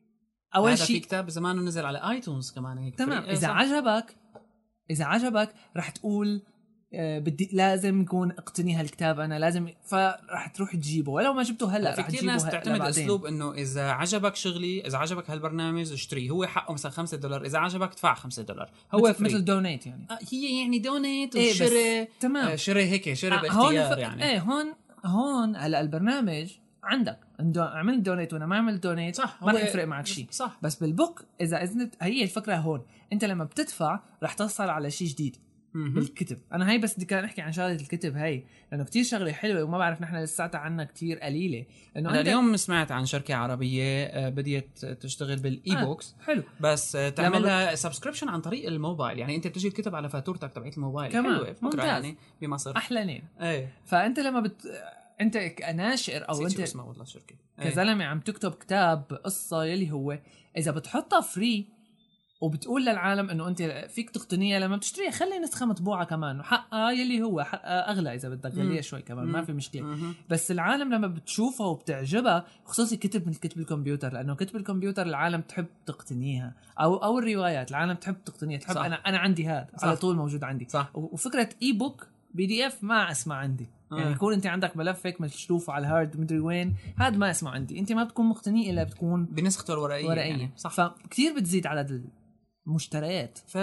اول شيء في كتاب زمانه نزل على ايتونز كمان هيك تمام. اذا صح. عجبك اذا عجبك رح تقول آه بدي لازم يكون اقتني هالكتاب انا لازم فرح تروح تجيبه ولو ما جبته هلا رح تجيبه. ناس تعتمد اسلوب انه اذا عجبك شغلي اذا عجبك هالبرنامج اشتريه هو حقه مثلا خمسة دولار اذا عجبك ادفع خمسة دولار هو مثل, مثل دونيت يعني آه هي يعني دونيت إيه وشري تمام آه شري هيك شري آه باختيار ف... يعني ايه هون هون هلا البرنامج عندك عملت دونيت وانا ما عملت دونيت صح ما رح يفرق معك شيء صح. بس بالبوك اذا اذنت هي الفكره هون انت لما بتدفع رح تحصل على شيء جديد م-م. بالكتب. انا هي بس بدي كان احكي عن شغله الكتب هي لانه كتير شغله حلوه وما بعرف نحن لساتها عنا كتير قليله. انه أنا اليوم سمعت عن شركه عربيه بديت تشتغل بالاي بوكس آه. حلو بس تعملها سبسكريبشن عن طريق الموبايل يعني انت بتجي الكتب على فاتورتك تبعت الموبايل حلوه فكره يعني بمصر احلى ايه. فانت لما بت انت كناشر او انت اسمه والله شركه كزلمه عم تكتب كتاب قصه يلي هو اذا بتحطها فري وبتقول للعالم انه انت فيك تقتنيها لما بتشتريها خلي نسخه مطبوعه كمان وحقها يلي هو حقها اغلى اذا بدك غاليه شوي كمان ما في مشكله. بس العالم لما بتشوفها وبتعجبها خصوصي كتب من كتب الكمبيوتر لانه كتب الكمبيوتر العالم تحب تقتنيها او او الروايات العالم تحب تقتنيها تحب صح. انا انا عندي هذا على طول موجود عندي صح. وفكره اي بوك بي دي اف ما اسمع عندي آه. يعني يكون انت عندك ملف هيك مشروف على الهارد مدري وين هذا ما اسمع عندي انت ما بتكون مقتني الا بتكون بنسخته الورقيه ورقية. يعني صح. فكتير بتزيد عدد المشتريات ف...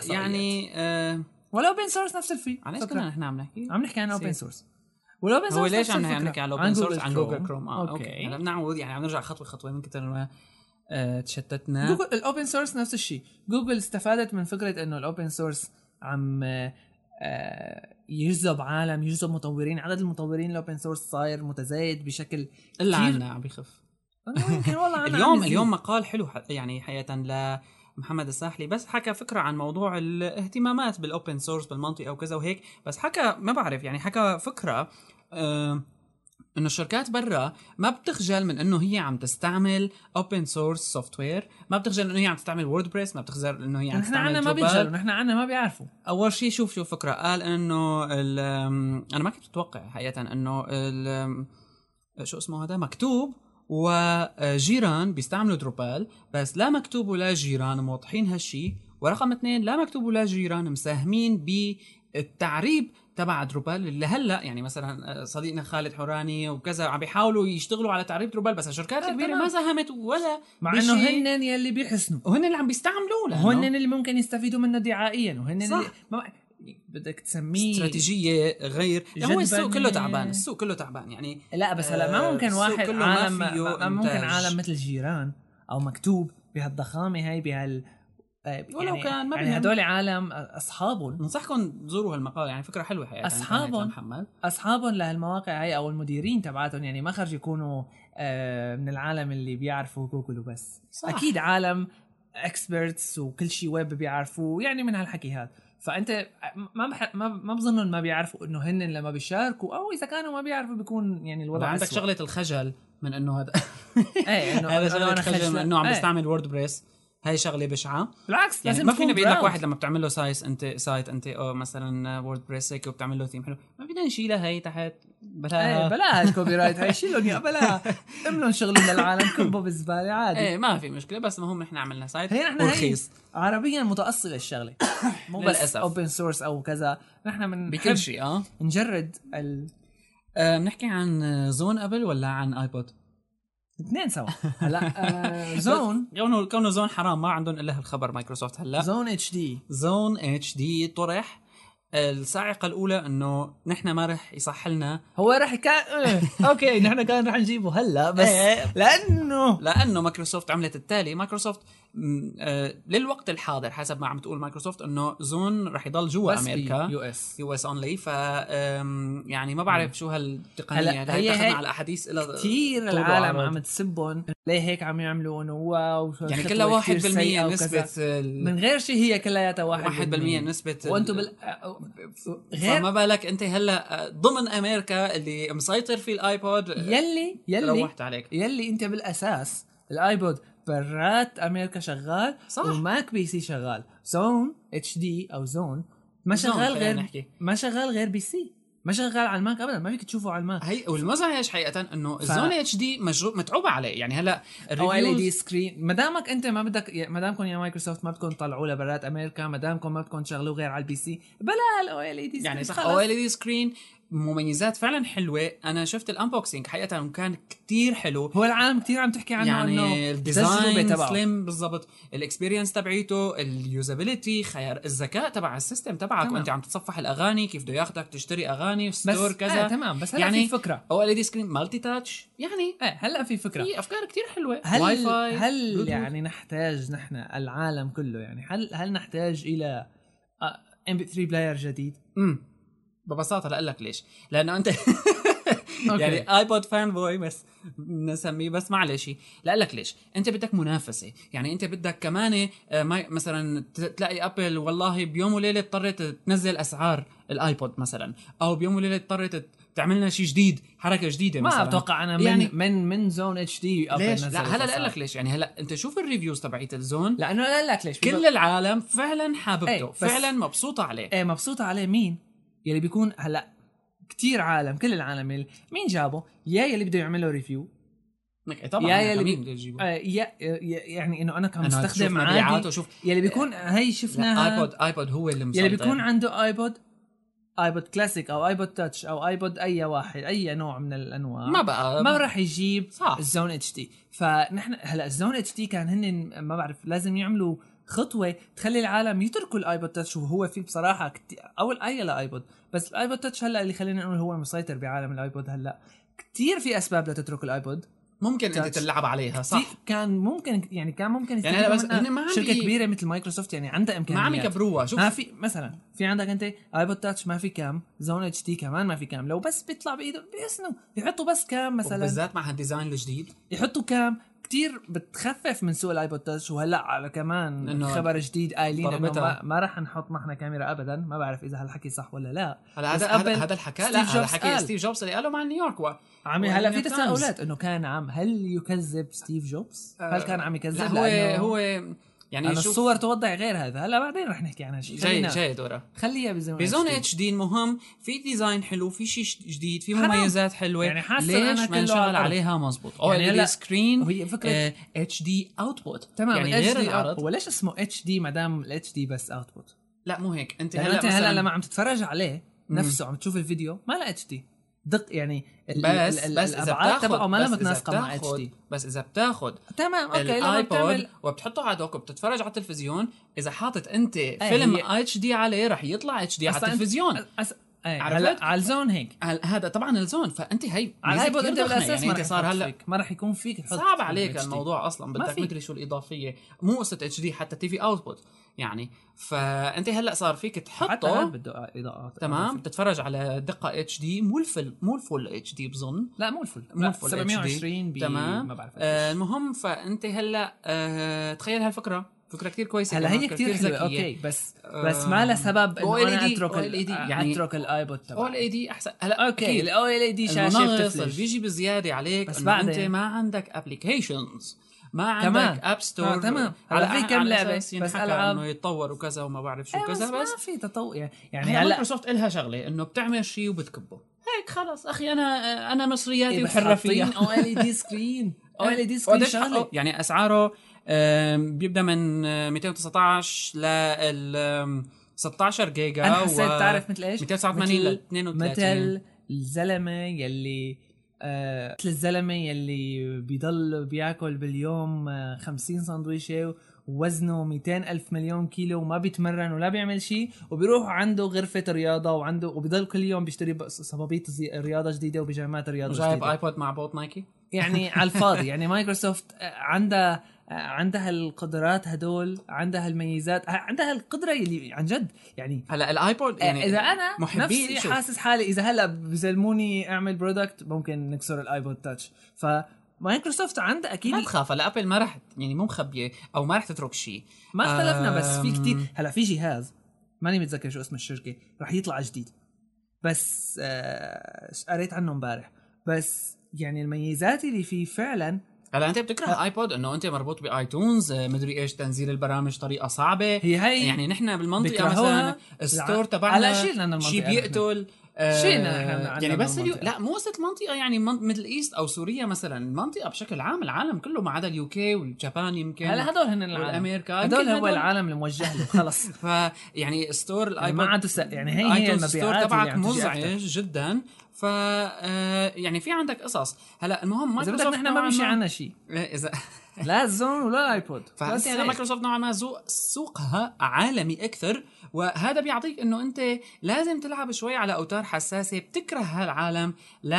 يعني آه... ولا اوبن سورس نفس الفي عن ايش كنا نحن عم نحكي عم نحكي عن اوبن سورس ولا اوبن سورس هو ليش عم نحكي عن اوبن سورس عن جوجل كروم اه اوكي هلا بنعود يعني عم نرجع خطوه خطوه من كثر ما آه... تشتتنا. جوجل الاوبن سورس نفس الشيء جوجل استفادت من فكره انه الاوبن سورس عم آه... يجذب عالم يجذب مطورين عدد المطورين الاوبن سورس صاير متزايد بشكل الا عنا عم بيخف يمكن والله اليوم اليوم مقال حلو يعني حقيقه محمد الساحلي، بس حكى فكرة عن موضوع الاهتمامات بالاوبن سورس بالمنطقة وكذا وهيك، بس حكى ما بعرف يعني حكى فكرة آه انه الشركات برا ما بتخجل من انه هي عم تستعمل اوبن سورس سوفت وير، ما بتخجل انه هي عم تستعمل ووردبريس، ما بتخجل انه هي عم تستعمل نحن عنا ما بيخجلوا، نحن عنا ما بيعرفوا. اول شيء شوف شوف فكره قال انه انا ما كنت متوقع حقيقه انه شو اسمه هذا مكتوب وجيران بيستعملوا دروبال، بس لا مكتوب ولا جيران موضحين هالشيء، ورقم اثنين لا مكتوب ولا جيران مساهمين بالتعريب تبع دروبال اللي هلا يعني مثلا صديقنا خالد حوراني وكذا عم بيحاولوا يشتغلوا على تعريب دروبال، بس الشركات الكبيره ما ساهمت ولا، مع انه هن يلي بيحسنوا وهن اللي عم بيستعملوه، وهن اللي ممكن يستفيدوا منه دعائيا، وهن اللي ما بدك تسميه استراتيجيه غير. هو السوق كله تعبان، السوق كله تعبان يعني. لا بس هلا ما ممكن واحد عالم ما, ما ممكن عالم مثل جيران او مكتوب بهالضخامه هاي بهال ولو يعني كان ما يعني هدول عالم اصحابهم. ننصحكم تزوروا هالمقال يعني فكره حلوه حقيقه. اصحابهم اصحابهم لهالمواقع هاي او المديرين تبعاتهم يعني ما خرج يكونوا من العالم اللي بيعرفوا جوجل وبس. صح. اكيد عالم اكسبرتس وكل شيء ويب بيعرفوا يعني من هالحكي هذا. فانت ما بح... ما ما بظنوا ما بيعرفوا انه هن لما بيشاركوا او اذا كانوا ما بيعرفوا بيكون يعني الوضع عندك شغله الخجل من انه هذا ايه انه هذا شغله خجل من انه عم بستعمل ووردبريس. هاي شغله بشعه بالعكس يعني ما فينا بيقول لك واحد لما بتعمل له سايت انت سايت انت او مثلا ووردبريس هيك وبتعمل له ثيم حلو ما فينا نشيلها هي تحت بلاها ايه بلاها الكوبي رايت هاي شيلهم يا بلاها املون شغلنا العالم كبه بالزباله عادي. ايه ما في مشكله بس المهم احنا عملنا سايت ورخيص عربيا متاصل الشغله مو بس اوبن سورس او كذا. نحن من بكل شيء اه نجرد ال آه بنحكي عن زون ابل ولا عن ايبود اثنين سوا هلا آه زون كونه كونه زون حرام ما عندهم الا هالخبر مايكروسوفت هلا زون اتش دي زون اتش دي طرح. الصاعقه الاولى انه نحن ما رح يصح لنا هو رح كان اه. اوكي نحن كان رح نجيبه هلا بس لانه لانه مايكروسوفت عملت التالي. مايكروسوفت آه للوقت الحاضر حسب ما عم تقول مايكروسوفت انه زون رح يضل جوا امريكا يو اس يو اس اونلي. ف يعني ما بعرف شو هالتقنيه هي دخلنا على احاديث الى كثير العالم عم تسبهم ليه هيك عم يعملوا انه واو يعني كلها واحد بالمية نسبه من غير شيء هي كلياتها واحد بالمية نسبه وانتم بال... غير فما بالك انت هلا ضمن امريكا اللي مسيطر في الايبود يلي يلي روحت عليك يلي انت بالاساس الايبود برات امريكا شغال صح. وماك بي سي شغال. زون اتش دي او زون ما شغال غير نحكي. ما شغال غير بي سي ما شغال على الماك ابدا ما فيك تشوفه على الماك. هي والمزعج ايش حقيقه انه الزون اتش دي متعوبه عليه يعني هلا او ال اي دي سكرين ما دامك انت ما بدك ما دامكم يا مايكروسوفت ما بدكم تطلعوه لبرات امريكا ما دامكم ما بدكم تشغلوه غير على البي سي بلا الاو ال اي دي يعني صح. او ال اي دي سكرين مميزات فعلا حلوه. انا شفت الانبوكسينج حقيقه كان كتير حلو. هو العالم كتير عم تحكي عنه يعني انه الديزاين سليم بالضبط الاكسبيرينس تبعيته اليوزابيليتي خيار الذكاء تبع السيستم تبعك وانت عم تتصفح الاغاني كيف بده ياخذك تشتري اغاني في ستور كذا آه تمام. بس هلا يعني في فكره او ال اي دي سكرين مالتي تاتش يعني ايه هلا في فكره في افكار كتير حلوه. هل واي فاي هل بلوتوث. يعني نحتاج نحن العالم كله يعني هل هل نحتاج الى ام بي ثري بلاير جديد؟ امم ببساطه لا لك ليش لانه انت يعني ايبود فان بوي بس نسميه بس معلش لا لك ليش انت بدك منافسه. يعني انت بدك كمان مثلا تلاقي ابل والله بيوم وليله اضطرت تنزل اسعار الايبود مثلا او بيوم وليله اضطرت تعمل لنا شيء جديد حركه جديده ما مثلا. ما اتوقع انا من يعني من من زون اتش دي ليش لا هلا لا لك ليش يعني هلا انت شوف الريفيوز تبعت الزون لانه لا لك ليش كل العالم فعلا حاببته ايه فعلا مبسوطه عليه. ايه مبسوطه عليه. مين يلي بيكون هلا كتير عالم كل العالم اللي مين جابه يا يلي بده يعمله ريفيو طبعا يا يلي بده يجيبه آه يا يعني انه انا كمستخدم عادي وشوف يلي بيكون هي شفناها ايبود ايبود هو اللي مسيطر. يلي بيكون عنده ايبود ايبود كلاسيك او ايبود تاتش او ايبود اي واحد اي نوع من الانواع ما بقى ما راح يجيب صح. الزون اتش دي. فنحن هلا الزون اتش دي كان هن ما بعرف لازم يعملوا خطوه تخلي العالم يتركوا الايبود تاتش وهو في بصراحه كتير اول اي لايبود بس الايبود تاتش هلا اللي خلينا نقول هو مسيطر بعالم الايبود. هلا كتير في اسباب لتترك الايبود ممكن انت تلعب عليها صح. كان ممكن يعني كان ممكن يعني بس شركه كبيره مثل مايكروسوفت يعني عندها امكانيات ما عم يكبروها. شوف ما في مثلا في عندك انت ايبود تاتش ما في كام زون اتش دي كمان ما في كام لو بس بيطلع بايده بيسنوا يحطوا بس كام مثلا بالذات مع هالديزاين الجديد يحطوا كام كتير بتخفف من سوق الايبود تاتش. وهلا على كمان خبر جديد قايلين انه ما, ما راح نحط معنا كاميرا ابدا. ما بعرف اذا هالحكي صح ولا لا. هلا هذا هذا الحكي لا هذا حكي ستيف جوبز اللي قاله مع نيويورك و... عم هلا في تساؤلات انه كان عم هل يكذب ستيف جوبز؟ هل كان عم يكذب؟ هو هو يعني شوف الصور توضح غير هذا. هلا بعدين رح نحكي عنها شيء. جاي جاي دورة خليها بزون بزون اتش دي. المهم في ديزاين حلو، في شيء جديد، في مميزات حلوه. يعني ليش ما نشتغل عليها مزبوط؟ يعني هلا سكرين وهي فكره اتش دي اوتبوت. تمام يعني غير العرض. هو ليش اسمه اتش دي ما دام الاتش دي بس اوتبوت؟ لا مو هيك. انت هلا انت هلا لما عم تتفرج عليه نفسه عم تشوف الفيديو ما لا اتش دي دق يعني بس ال بس الابعاد تبعه ما متناسقه مع اتش دي. بس اذا بتاخذ تمام اوكي الايبود وبتحطه على دوك وبتتفرج على التلفزيون، اذا حاطط انت فيلم اتش دي عليه رح يطلع اتش دي على التلفزيون. أس... عرفت على الزون هيك هذا طبعا الزون. فانت هي على الايبود انت بالاساس يعني ما صار هلا ما رح يكون فيك تحط صعب عليك الموضوع اصلا. بدك مدري شو الاضافيه، مو قصه اتش دي حتى تي في اوتبوت يعني. فانت هلا صار فيك تحطه بده اضاءات تمام. بتتفرج على دقه اتش دي، مو الفل مو الفل اتش دي بظن. لا مو الفل مو الفل سبعمية وعشرين بي تمام. ما بعرف آه المهم فانت هلا آه تخيل هالفكره فكره كثير كويسه. هلا هي كثير حلوه اوكي بس آه بس ما لها سبب انه انا اترك يعني اترك الايبود تبعي. او ال اي دي احسن. هلا اوكي الاو ال اي دي شاشه بتفلش بيجي بزياده عليك انه انت ما عندك ابلكيشنز، ما عندك اب ستور. آه، تمام. على في كم لعبه بس العاب انه يتطور وكذا وما بعرف شو كذا. بس ما في تطور يعني. هلا مايكروسوفت لها شغله انه بتعمل شيء وبتكبه هيك خلص. اخي انا انا مصرياتي وحرفيه. او ال اي دي سكرين او ال اي دي سكرين شغله يعني اسعاره بيبدا من مئتين وتسعطعش لل ستة عشر جيجا. انا حسيت تعرف مثل ايش مئتين وتسعة وثمانين ل اثنين وثلاثين. مثل الزلمه يلي آه مثل الزلمه يلي بيضل بياكل باليوم آه خمسين سندويشه ووزنه مئتين ألف مليون كيلو وما بيتمرن ولا بيعمل شيء وبيروح عنده غرفة رياضة وعنده وبيضل كل يوم بيشتري صبابيط رياضة جديدة وبيجامات رياضة جديدة. جايب ايبود مع بوت نايكي يعني على الفاضي. يعني مايكروسوفت عندها عندها القدرات هدول، عندها الميزات، عندها القدرة اللي عن جد يعني. هلا الايبود يعني إذا أنا نفسي شوف. حاسس حالي إذا هلا بزلموني أعمل برودكت ممكن نكسر الايبود تاتش. ف مايكروسوفت عندها اكيد ما تخاف. هلا ابل ما راح يعني مو مخبيه او ما راح تترك شيء. ما اختلفنا بس في كتير. هلا في جهاز ماني متذكر شو اسم الشركه راح يطلع جديد بس آه قريت عنه امبارح. بس يعني الميزات اللي فيه فعلا. هلا انت بتكره ايبود انه انت مربوط بايتونز مدري ايش تنزيل البرامج طريقه صعبه. هي هي يعني نحن بالمنطقه مثلا الستور تبعنا شيء بيقتل شينا آه يعني بس اليو... لا مو وسط منطقه يعني ميدل ايست او سوريا مثلا. المنطقه بشكل عام العالم كله ما عدا اليوكي واليابان يمكن. هلا هدول هن العالم والامريكا هدول هو العالم الموجه له خلص. فيعني ستور الايبود ما عاد س... يعني هي هي المبيعات تبعك مزعج جدا. ف آه يعني في عندك قصص. هلا المهم مايكروسوفت نحن ما بيمشي عنا شيء اذا لا الزون ولا الايبود. فانت هلا مايكروسوفت نوعا ما سوقها عالمي اكثر، وهذا بيعطيك انه انت لازم تلعب شوي على اوتار حساسه. بتكره هالعالم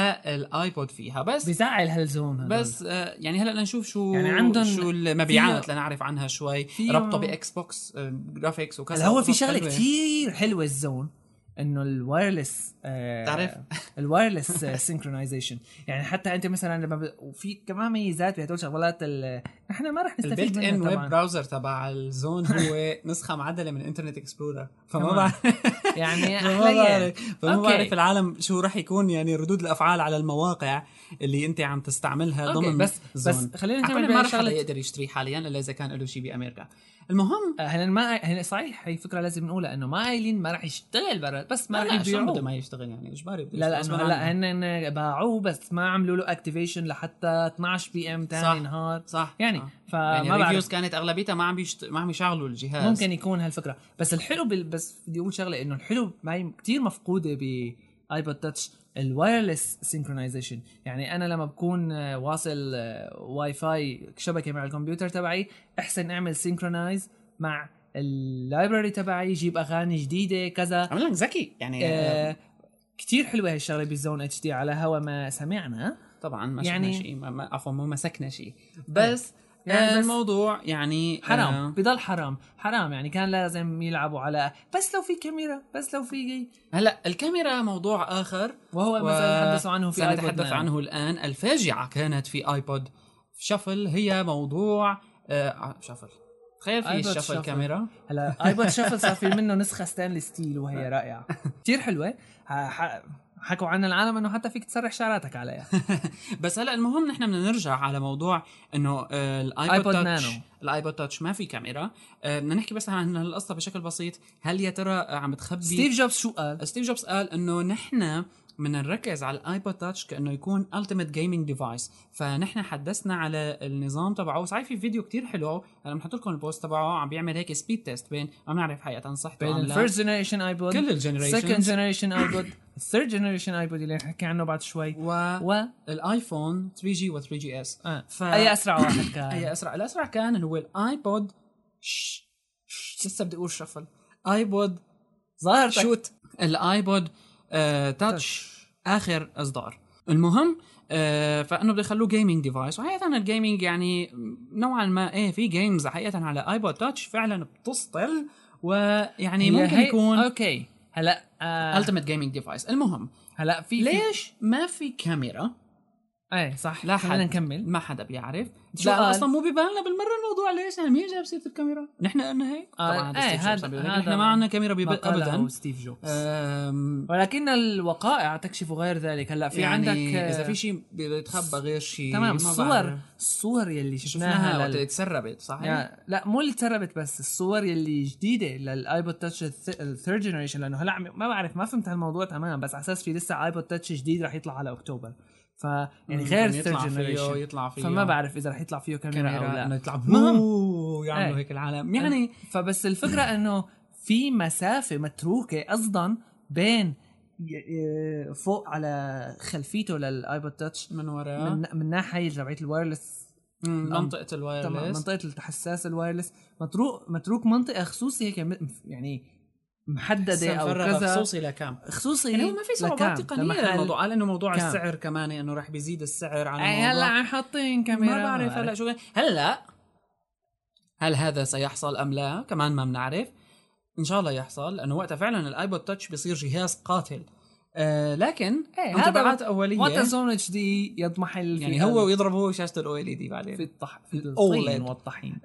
للايبود فيها بس بيزعل هالزون. بس آه يعني هلا لنشوف شو يعني عندهم شو المبيعات لنعرف عنها شوي. ربطه باكس بوكس آه جرافيكس وكذا. هو في شغله كتير حلوه الزون انه الوايرلس آه تعرف الوايرلس سينكرونايزيشن. يعني حتى انت مثلا لما ب... وفي كمان ميزات بهدول شغلات ال... احنا ما راح نستفيد منها. البيلت ان ويب براوزر تبع الزون هو نسخه معدله من انترنت اكسبلورر. فما بعرف يعني احلى فما بعرف العالم شو راح يكون يعني ردود الافعال على المواقع اللي انت عم تستعملها ضمن بس زون. بس خلينا نكمل. ما راح يقدر يشتري حاليا الا اذا كان له شيء بامريكا. المهم هلا ما هلا صحيح هي فكره لازم نقولها انه ما قايلين ما راح يشتغل برا بس ما راح يبيعوه. ما يشتغل يعني اجباري. لا لا هلا هن باعوه بس ما عملوا له اكتيفيشن لحتى اثناشر بي ام ثاني نهار. صح يعني صح. فما يعني الريفيوز كانت اغلبيتها ما عم بيشت... ما عم يشغلوا الجهاز. ممكن يكون هالفكره. بس الحلو بال... بس بدي اقول شغله انه الحلو معي كتير مفقوده بايبود تاتش الوايرلس سينكرونايزيشن. يعني انا لما بكون واصل واي فاي شبكه مع الكمبيوتر تبعي احسن اعمل سينكرونايز مع اللايبراري تبعي يجيب اغاني جديده كذا. عمل لك ذكي يعني. آه كتير حلوه هالشغله بالزون اتش دي. على هوا ما سمعنا طبعا ما يعني شفنا شيء ما عفوا ما مسكنا شيء بس يعني الموضوع يعني حرام آه بضل حرام حرام. يعني كان لازم يلعبوا على بس لو في كاميرا بس لو في. هلا الكاميرا موضوع اخر وهو ما و... سنتحدث عنه في سنتحدث عنه الان. الفاجعه كانت في ايبود شفل هي موضوع آه شفل تخيل في الشفل كاميرا. هلا ايبود شفل صار في منه نسخه ستانلي ستيل وهي رائعه كتير حلوه. حكوا عن العالم انه حتى فيك تسرح شعراتك عليها. بس هلا المهم نحن بدنا نرجع على موضوع انه الايبود تاتش الايبود تاتش ما في كاميرا. بدنا نحكي بس عن القصه بشكل بسيط. هل يا ترى عم تخبي ستيف جوبز شو قال؟ ستيف جوبز قال انه نحن بدنا نركز على الايبود تاتش كانه يكون ultimate gaming device. فنحن حدثنا على النظام تبعه. صحيح في فيديو كتير حلو انا بنحط لكم البوست تبعه عم بيعمل هيك سبيد تيست بين ما بنعرف حقيقه صحته بين الفيرست جنريشن ايبود كل الجنريشنز سكند جنريشن ايبود الثيرد جنريشن ايبود اللي نحكي عنه بعد شوي و, و... الايفون ثري جي و ثري جي اس. آه. ف... اي اسرع واحد كان؟ اي اسرع الاسرع كان هو الايبود ش... لسه بدي اقول شفل ايبود ظاهر شوت الايبود آه... تاتش اخر اصدار. المهم آه فانه بده يخلوه جيمنج ديفايس. وحقيقه الجيمنج يعني نوعا ما ايه في جيمز حقيقه على ايبود تاتش فعلا بتسطل ويعني ممكن هي... يكون اوكي. هلا آه... ultimate gaming device. المهم هلا في ليش في... ما في كاميرا؟ ايه صح. لا خلينا نكمل. ما حدا بيعرف. لا اصلا مو ببالنا بالمره الموضوع. ليش يعني مين جاب سيره الكاميرا؟ نحن قلنا هيك طبعا. آه ايه هذا نحن ما عندنا كاميرا بب... ابدا. ستيف جوبز. ولكن الوقائع تكشف غير ذلك. هلا في يعني عندك اذا في شيء بيتخبى غير شيء تمام. الصور الصور يلي شفناها وقت لل... تسربت صحيح يعني لا مو اللي تسربت بس الصور يلي جديده للايبود تاتش الثيرد جنريشن. لانه هلا ما بعرف ما فهمت هالموضوع تماما بس على اساس في لسه ايبود تاتش جديد راح يطلع على اكتوبر. ف يعني غير الثيرد جنريشن يطلع فيه فما بعرف اذا رح يطلع فيه كاميرا او لا. يطلع بوو يعملوا هيك العالم يعني. فبس الفكره انه في مسافه متروكه اصلا بين فوق على خلفيته للايبود تاتش من وراء من, من ناحيه تبعيه الوايرلس منطقه الوايرلس منطقه الحساس الوايرلس متروك متروك منطقه خصوصي هيك يعني محدده او كذا خصوصي لكام خصوصي يعني. ما في صعوبات تقنيه الموضوع. قال انه موضوع كام. السعر كمان انه راح بيزيد السعر على الموضوع. هلا عم حاطين كاميرا ما بعرف هلا شو هلا هل هذا سيحصل ام لا كمان ما بنعرف. ان شاء الله يحصل لانه وقتها فعلا الايبود تاتش بيصير جهاز قاتل. آه لكن انطباعات اوليه وات زون اتش دي يضمحل يعني هو ويضرب هو شاشه الاو ال دي بعدين في الطح في الطين والطحين.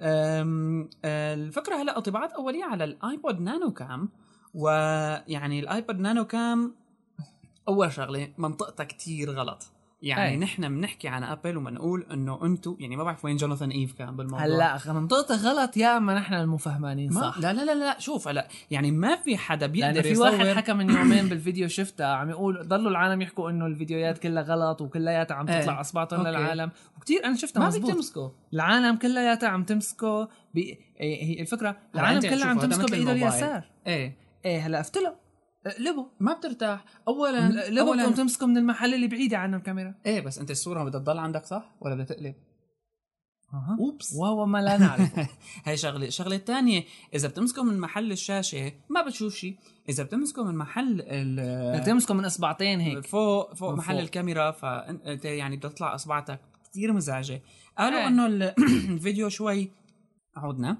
الفكره هلا انطباعات اوليه على الايبود نانو كام. ويعني الايبود نانو كام اول شغله منطقتها كتير غلط يعني. أي. نحن بنحكي عن ابل وبنقول انه انتم يعني ما بعرف وين جوناثان ايف كان بالموضوع. هلا منطقتها غلط يا اما نحن المفهمانين صح. لا لا لا لا شوف هلا يعني ما في حدا بيقدر في يصور. واحد حكى من يومين بالفيديو شفتها عم يقول ضلوا العالم يحكوا انه الفيديوهات كلها غلط وكلياتها عم تطلع اصبعتهم للعالم وكتير انا شفتها مزبوط. ما فيك تمسكه العالم كلياتها عم تمسكه بي... هي الفكره العالم كلها عم تمسكه بايده اليسار. ايه ايه هلا افتله لبو ما بترتاح. اولا لبو أولاً... بتقوم تمسكه من المحل اللي بعيده عن الكاميرا. ايه بس انت الصوره بدها تضل عندك صح ولا بدها تقلب؟ اها اوبس واو ما لا نعرف. هاي شغله. الشغله الثانيه اذا بتمسكه من محل الشاشه ما بتشوف شيء. اذا بتمسكه من محل ال بتمسكه من اصبعتين هيك فوق فوق محل فوق. الكاميرا فانت يعني بتطلع اصبعتك كثير مزعجه. قالوا ايه. انه الفيديو شوي عودنا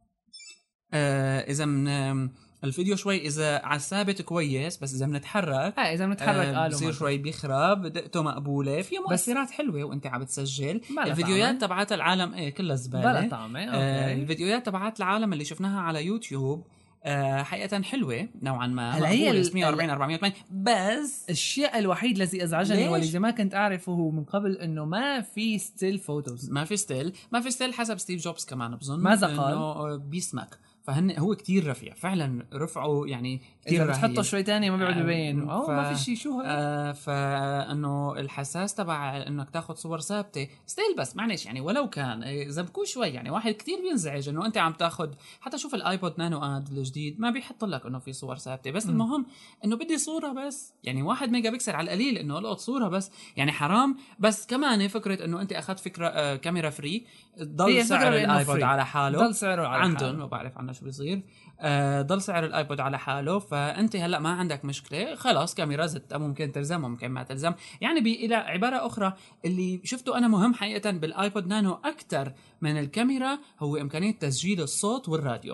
آه اذا من الفيديو شوي اذا على الثابت كويس بس اذا بنتحرك اه اذا بنتحرك آه بصير شوي بيخرب دقته مقبوله في مؤثرات حلوه وانت عم بتسجل. الفيديوهات تبعات العالم ايه كلها زباله بلا طعمه. آه الفيديوهات تبعات العالم اللي شفناها على يوتيوب آه حقيقه حلوه نوعا ما. هلا هي مية وأربعين أربعمية وثمانين بس الشيء الوحيد الذي ازعجني والذي ما كنت اعرفه من قبل انه ما في ستيل فوتوز. ما في ستيل ما في ستيل حسب ستيف جوبز كمان بظن ماذا قال انه بيسمك. فهن هو كتير رفيع فعلا رفعه يعني كتير إذا بتحطه شوي تاني ما بيقعد يبين آه ف... ما في شيء شو هذا آه فانه الحساس تبع انك تاخذ صور ثابته ستيل بس معلش يعني ولو كان اذا بكون شوي يعني واحد كتير بينزعج انه انت عم تاخذ. حتى شوف الايبود نانو اد الجديد ما بيحط لك انه في صور ثابته بس م. المهم انه بدي صوره بس يعني واحد ميجا بكسل على القليل انه القط صوره بس يعني حرام. بس كمان فكره انه انت اخذت فكره آه كاميرا فري ضل سعر الايبود على حاله ضل سعره على عندهم ما بعرف عنه شو بيصير آه ضل سعر الايبود على حاله. فانت هلا ما عندك مشكله خلاص كاميرا زدتها ممكن تلزم ممكن ما تلزم يعني الى عباره اخرى. اللي شفته انا مهم حقيقه بالايبود نانو اكثر من الكاميرا هو امكانيه تسجيل الصوت والراديو.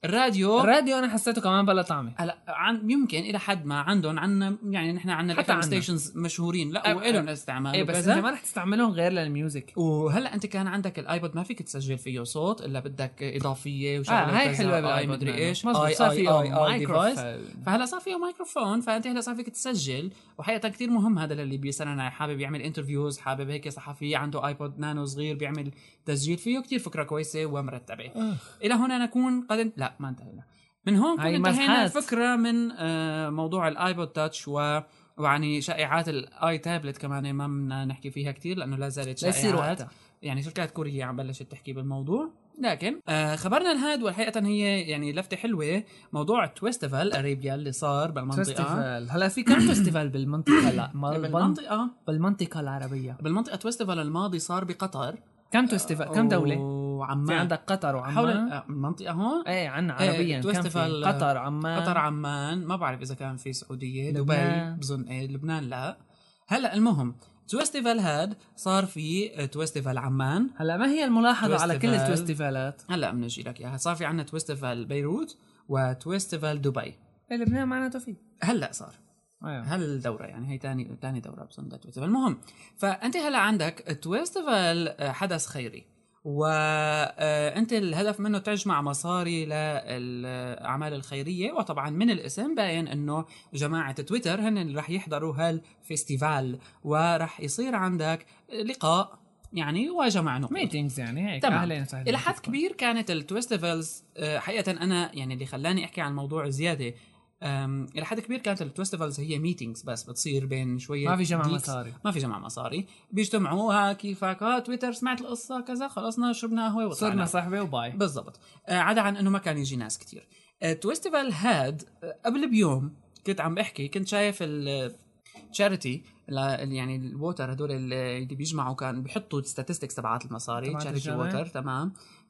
الراديو الراديو انا حسيته كمان بلا طعمه. هلا عن يمكن الى حد ما عندهم عنا يعني نحن عندنا الاف ام ستيشنز مشهورين لا وإلهم استعمال ايه بس انت ما رح تستعملهم غير للميوزك. وهلا انت كان عندك الايبود ما فيك تسجل فيه صوت الا بدك اضافيه وشغله آه هاي حلوه بالايبود مدري ايش اي صار فيه مايكروفون. فهلا صار فيه مايكروفون فانت هلا صار فيك تسجل وحقيقه كتير مهم هذا اللي بيسالنا حابب يعمل انترفيوز حابب هيك صحفي عنده ايبود نانو صغير بيعمل تسجيل فيه كتير فكره كويسه ومرتبه. الى هنا نكون قد لا ما انتهينا من هون كنا انتهينا الفكره من موضوع الايبود تاتش و ويعني شائعات الاي تابلت كمان ما بدنا نحكي فيها كتير لانه لا زالت شائعات يعني شركات كورية عم بلشت تحكي بالموضوع. لكن آه خبرنا الهاد والحقيقة هي يعني لفتة حلوة موضوع تويستيفال أريبيا اللي صار بالمنطقة. تويستيفال هلا في كم تويستيفال بالمنطقة لا بالمنطقة بالمنطقة العربية بالمنطقة تويستيفال الماضي صار بقطر. كم تويستيفال كم دولة؟ وعمان. في عندك قطر وعمان حول المنطقة هون ايه عنا عربيا. ايه كم في قطر عمان قطر عمان ما بعرف إذا كان في سعودية دبي بظن ايه لبنان لا. هلا المهم تويستيفال هاد صار في تويستيفال عمان. هلا ما هي الملاحظة على كل التويستيفالات؟ هلا بنجي لك اياها. صار في عنا تويستيفال بيروت وتويستيفال دبي. إيه لبنان معناته فيه هلا صار أيوة. هالدورة يعني هي تاني تاني دورة بظن تويستيفال. المهم فأنت هلا عندك تويستيفال حدث خيري وأنت الهدف منه تجمع مصاري للأعمال الخيرية وطبعا من الاسم باين أنه جماعة تويتر هن اللي رح يحضروا هالفيستيفال ورح يصير عندك لقاء يعني وجمع نقود ميتينجز يعني هيك تمام. إلى حد كبير كانت التويستيفالز حقيقة أنا يعني اللي خلاني أحكي عن الموضوع زيادة إلى حد كبير كانت التويستيفالز هي ميتينجز بس بتصير بين شوية ما في جمع مصاري ما في جمع مصاري بيجتمعوها كيفك ها تويتر سمعت القصة كذا خلصنا شربنا قهوة صرنا صاحبة وباي بالضبط. آه عدا عن إنه ما كان يجي ناس كتير. آه تويستيفال هاد آه قبل بيوم كنت عم بحكي كنت شايف الشاريتي يعني الووتر هدول اللي بيجمعوا كان بيحطوا statistics تبعات المصاري شاريتي ووتر تمام.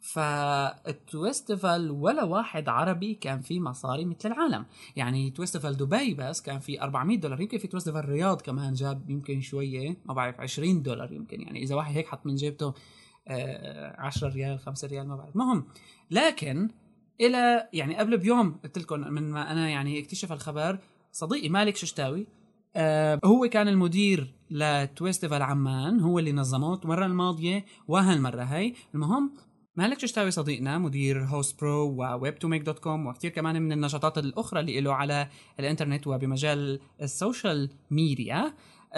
فالتويستيفال ولا واحد عربي كان فيه مصاري مثل العالم يعني تويستيفال دبي بس كان فيه أربعمية دولار يمكن في تويستيفال الرياض كمان جاب يمكن شوية ما بعرف عشرين دولار يمكن يعني إذا واحد هيك حط من جيبته عشرة ريال خمسة ريال ما بعرف مهم. لكن إلى يعني قبل بيوم قلت لكم من ما أنا يعني اكتشف الخبر صديقي مالك ششتاوي آه هو كان المدير لتويستيفال عمان هو اللي نظمه المرة الماضية وهالمرة هاي. المهم مالك ششتاوي صديقنا مدير هوست برو وويب تو ميك دوت كوم وكثير كمان من النشاطات الأخرى اللي له على الانترنت وبمجال السوشيال ميديا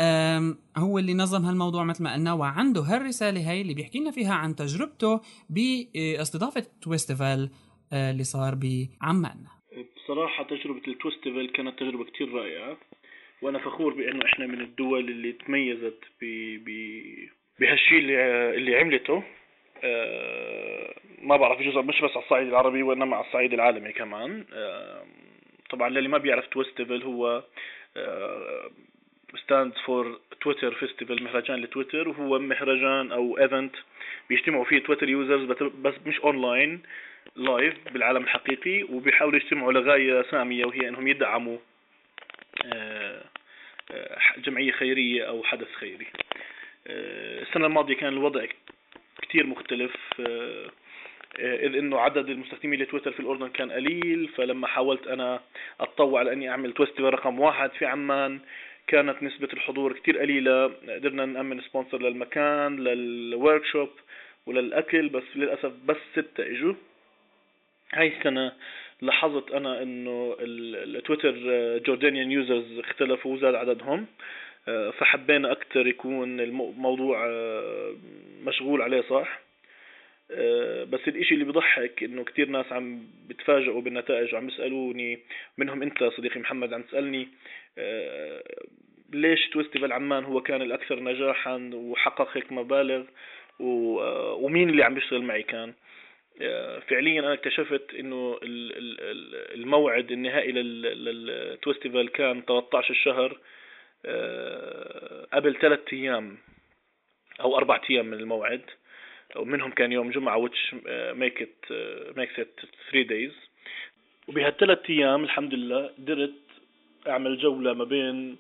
هو اللي نظم هالموضوع مثل ما قلنا وعنده هالرسالة هاي اللي بيحكي لنا فيها عن تجربته باستضافة تويستيفال اللي صار بعمان. بصراحة تجربة التويستيفال كانت تجربة كتير رائعة وأنا فخور بأنه إحنا من الدول اللي تميزت ب ب بهالشيء اللي اللي عملته. أه ما بعرف جزء مش بس على الصعيد العربي وإنما على الصعيد العالمي كمان. أه طبعا للي ما بيعرف تويستيفال هو أه stands for Twitter Festival مهرجان لتويتر وهو مهرجان أو event بيجتمعوا فيه تويتر يوزرز بس مش أونلاين لايف بالعالم الحقيقي وبيحاولوا يجتمعوا لغاية سامية وهي أنهم يدعموا جمعية خيرية أو حدث خيري. السنة الماضية كان الوضع كتير مختلف إذ أنه عدد المستخدمين لتويتر في الأردن كان قليل فلما حاولت أنا أتطوع على أني أعمل تويستيفال رقم واحد في عمان كانت نسبة الحضور كتير قليلة. قدرنا نأمن سبونسر للمكان للوركشوب وللأكل بس للأسف بس ستة إجوا. هاي السنة لاحظت أنا إنه التويتر جوردانيان يوزرز اختلفوا وزاد عددهم فحبينا أكتر يكون الموضوع مشغول عليه صح. بس الإشي اللي بيضحك إنه كتير ناس عم بتفاجئوا بالنتائج وعم بيسألوني منهم أنت صديقي محمد عم تسألني ليش تويستيفال عمان هو كان الأكثر نجاحا وحقق هيك مبالغ ومين اللي عم بيشتغل معي كان. فعليا أنا اكتشفت إنه الموعد النهائي للتويستيفال كان ثلاثة عشر الشهر قبل ثلاثة أيام أو أربعة أيام من الموعد ومنهم كان يوم جمعة which make it makes it three days. وبهالثلاث أيام الحمد لله قدرت أعمل جولة ما بين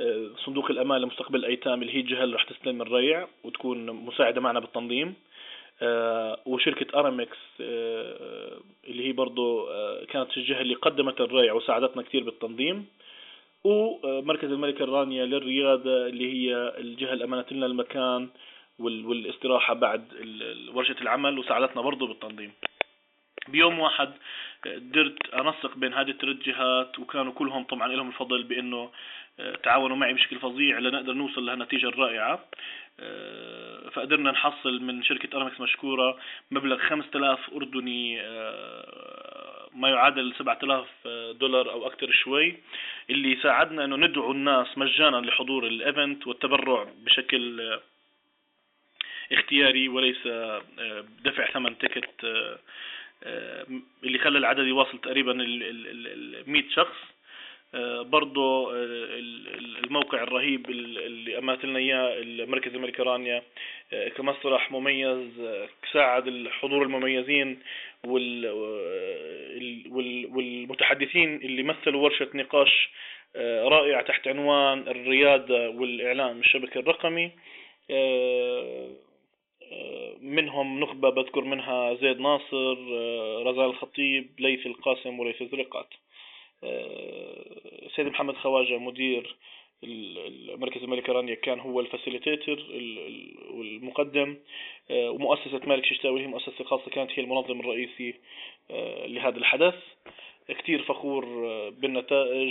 صندوق الأمان لمستقبل الأيتام اللي هي الجهة اللي رح تستلم الريع وتكون مساعدة معنا بالتنظيم وشركة أرامكس اللي هي برضو كانت الجهة اللي قدمت الرائع وساعدتنا كتير بالتنظيم، ومركز الملكة رانيا للريادة اللي هي الجهة اللي أمانت لنا المكان والاستراحة بعد ورشة العمل وساعدتنا برضو بالتنظيم. بيوم واحد قدرت أنسق بين هذه الثلاث جهات، وكانوا كلهم طبعا لهم الفضل بأنه تعاونوا معي بشكل فظيع لنقدر نوصل لهالنتيجة الرائعة. فقدرنا نحصل من شركة أرامكس مشكورة مبلغ خمسة آلاف أردني، ما يعادل سبعة آلاف دولار أو أكثر شوي، اللي ساعدنا أنه ندعو الناس مجانا لحضور الإيفنت والتبرع بشكل اختياري وليس دفع ثمن تيكت، اللي خلى العدد يواصل تقريبا المئة شخص. برضو الموقع الرهيب اللي أمات لنا إياه المركز الملكة رانيا كمسرح مميز ساعد الحضور المميزين والمتحدثين اللي مثلوا ورشة نقاش رائعة تحت عنوان الريادة والإعلام الشبكي الرقمي. منهم نخبة بذكر منها زيد ناصر، رزال الخطيب، ليث القاسم وليث الزرقات. سيد محمد خواجة مدير المركز الملكة رانيا كان هو الفاسيليتيتر والمقدم، ومؤسسة مالك ششتاوي هي مؤسسة خاصة كانت هي المنظم الرئيسي لهذا الحدث. كتير فخور بالنتائج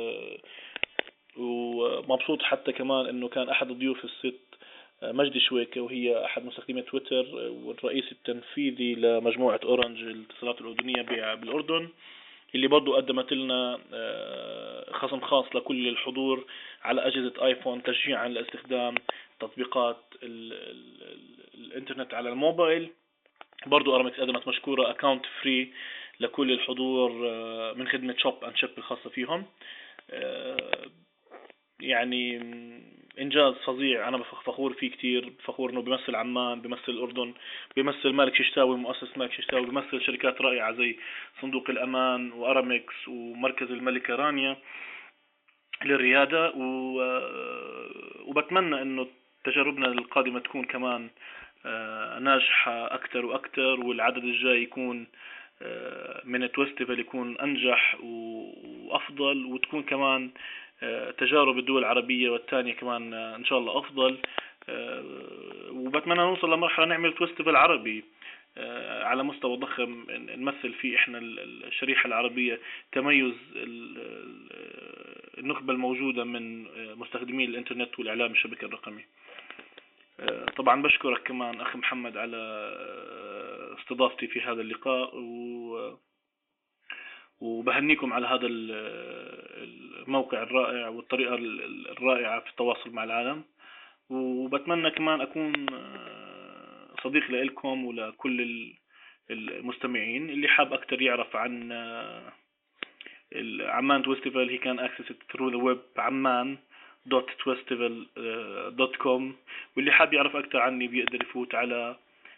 ومبسوط حتى كمان انه كان احد الضيوف الست مجدي شويكة، وهي أحد مستخدمي تويتر والرئيس التنفيذي لمجموعة أورنج الاتصالات الأردنية بالأردن، اللي برضو قدمت لنا خصم خاص لكل الحضور على أجهزة آيفون تشجيعا لاستخدام تطبيقات ال ال الإنترنت على الموبايل. برضو أرامكس قدمت مشكورة أكاونت فري لكل الحضور من خدمة شوب أند شيب الخاصة فيهم. يعني إنجاز فظيع، أنا فخور فيه كتير، فخور إنه بيمثل عمان، بيمثل الأردن، بيمثل مالك ششتاوي مؤسس مالك ششتاوي، بيمثل شركات رائعة زي صندوق الأمان وأرامكس ومركز الملكة رانيا للريادة. وبتمنى إنه تجاربنا القادمة تكون كمان ناجحة أكتر وأكتر، والعدد الجاي يكون من التويستيفال يكون أنجح وأفضل، وتكون كمان تجارب الدول العربية والثانية كمان إن شاء الله أفضل. وبتمنى نوصل لمرحلة نعمل تويستيفال عربي على مستوى ضخم نمثل فيه إحنا الشريحة العربية، تميز النخبة الموجودة من مستخدمي الإنترنت والإعلام الشبكي الرقمي. طبعا بشكرك كمان أخي محمد على استضافتي في هذا اللقاء، و وبهنيكم على هذا الموقع الرائع والطريقة الرائعة في التواصل مع العالم. وبتمنى كمان أكون صديق لكم ولكل المستمعين اللي حاب أكتر يعرف عن عمان تويستيفال. هي كان accessed through the web عمان دوت تويستيفال دوت كوم، واللي حاب يعرف أكتر عني بيقدر يفوت على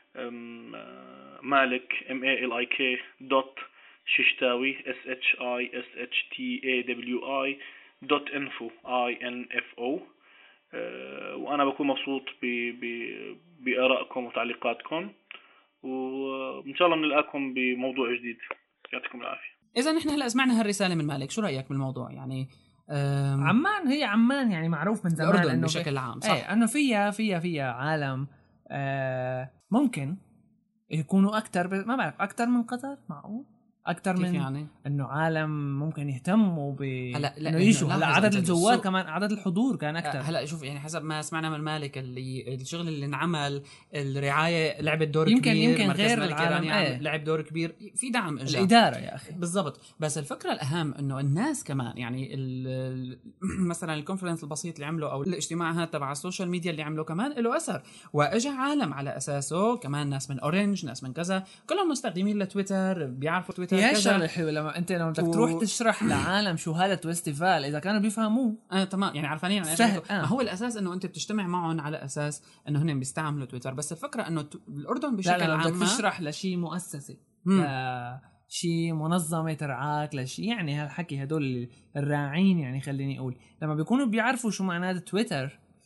مالك m a l i k دوت ششتاوي s h i s h t a w i دوت info i n f o. وأنا بكون مبسوط بآرائكم وتعليقاتكم، وإن شاء الله بنلقاكم بموضوع جديد. يعطيكم العافية. إذا نحن هلأ سمعنا هالرسالة من مالك، شو رأيك بالموضوع؟ يعني عمان هي عمان يعني معروف من زمان إنه بشكل عام صح ايه انه فيها فيها فيها عالم آه ممكن يكونوا اكثر ب... ما بعرف اكثر من قطر، معقول اكثر من يعني انه عالم ممكن يهتموا ب هلا انه يجوا. هلا عدد الزوار كمان عدد الحضور كان اكثر. هلا شوف يعني حسب ما سمعنا من مالك اللي الشغل اللي انعمل، الرعايه لعبت دور يمكن كبير، يمكن غير العالم ايه. لعب دور كبير في دعم إجا. الاداره يا اخي بالضبط. بس الفكره الاهم انه الناس كمان يعني مثلا الكونفرنس البسيط اللي عمله او الاجتماع هذا تبع السوشيال ميديا اللي عمله كمان له اثر، واجا عالم على اساسه كمان، ناس من اورنج، ناس من كذا، كلهم مستخدمين لتويتر، بيعرفوا تويتر كذا. لما انت لما بدك و... تروح تشرح لعالم شو هذا تويستيفال اذا كانوا بيفهموه اه تمام يعني عارفين يعني سهل. آه. ما هو الاساس انه انت بتجتمع معهم على اساس انه هن بيستعملوا تويتر. بس الفكره انه بالاردن بشكل عام بدك تشرح لشيء مؤسسه لشيء منظمه ترعاك لشيء، يعني هالحكي هدول الراعين يعني خليني اقول لما بيكونوا بيعرفوا شو معناه تويتر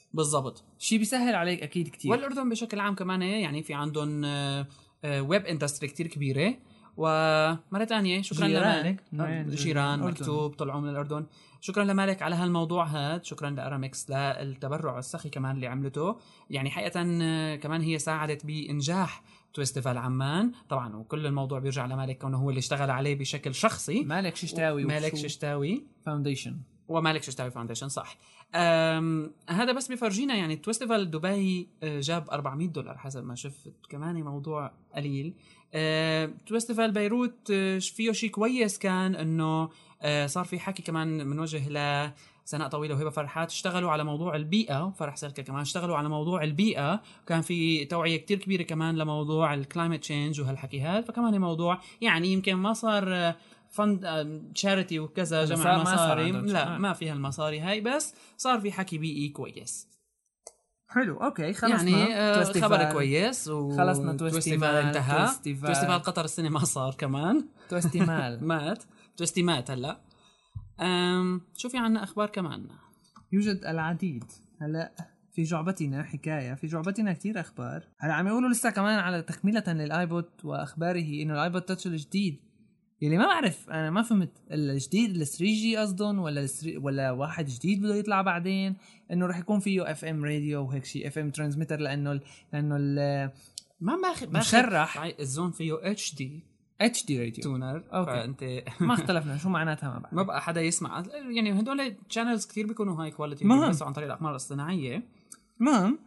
بالضبط، شيء بيسهل عليك اكيد كتير. والاردن بشكل عام كمان يعني في عندهم ويب اندستري كتير كبيره. ومرة تانية شكرا لمالك، جيران مكتوب طلعوا من الأردن. شكرا لمالك على هالموضوع هذا، شكرا لأرامكس للتبرع السخي كمان اللي عملته. يعني حقيقة كمان هي ساعدت بإنجاح تويستيفال عمان طبعا، وكل الموضوع بيرجع لمالك كونه هو اللي اشتغل عليه بشكل شخصي. مالك ششتاوي مالك ششتاوي فاونديشن ومالك ششتاوي فاونديشن صح. هذا بس بفرجينا يعني تويستيفال دبي جاب أربعمية دولار حسب ما شفت، كمان موضوع قليل. أه تويستيفال بيروت فيه شيء كويس كان انه أه صار في حكي كمان من وجه ل سناء طويلة وهبة فرحات اشتغلوا على موضوع البيئة، فرح سلكة كمان اشتغلوا على موضوع البيئة، كان في توعية كتير كبيرة كمان لموضوع الكلايمت تشينج وهالحكي هذا. فكمان موضوع يعني يمكن ما صار فند تشاريتي وكذا جمع مصاري، لا ما فيها المصاري هاي، بس صار في حكي بيئي كويس. حلو اوكي خلصنا يعني آه خبر كويس وخلصنا تويستيفال انتهى. تويستيفال قطر السنة ما صار كمان تويستيمال مات تويستي مات هلا. أم شو في عنا اخبار كمان؟ يوجد العديد. هلا في جعبتنا حكايه، في جعبتنا كتير اخبار. هلا عم يقولوا لسه كمان على تكمله للايبود واخباره انه الايبود تاتش الجديد يلي ما بعرف انا ما فهمت الجديد ال ثري جي قصدهم ولا ولا واحد جديد بده يطلع بعدين، انه راح يكون فيه اف ام راديو وهيك شيء اف ام ترانسميتر، لانه لانه ما ماخذ مشرح الزون فيه اتش دي اتش دي راديو تونر. فانت ما اختلفنا شو معناتها ما بعرف، ما بقى حدا يسمع يعني هدول تشانلز كثير بيكونوا هاي كواليتي بس عن طريق الاقمار الاصطناعيه. المهم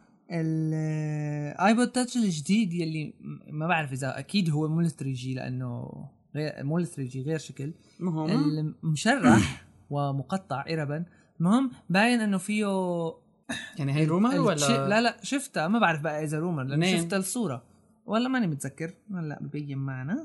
الايبود تاتش الجديد يلي ما بعرف اذا اكيد هو مو ثري جي لانه غير مو ثري جي غير شكل المشرح ومقطع إربا. المهم باين انه فيه يعني هي رومر ولا لا لا شفتها ما بعرف بقى اذا رومر لانه شفت الصوره ولا ماني متذكر. هلا ببين معنا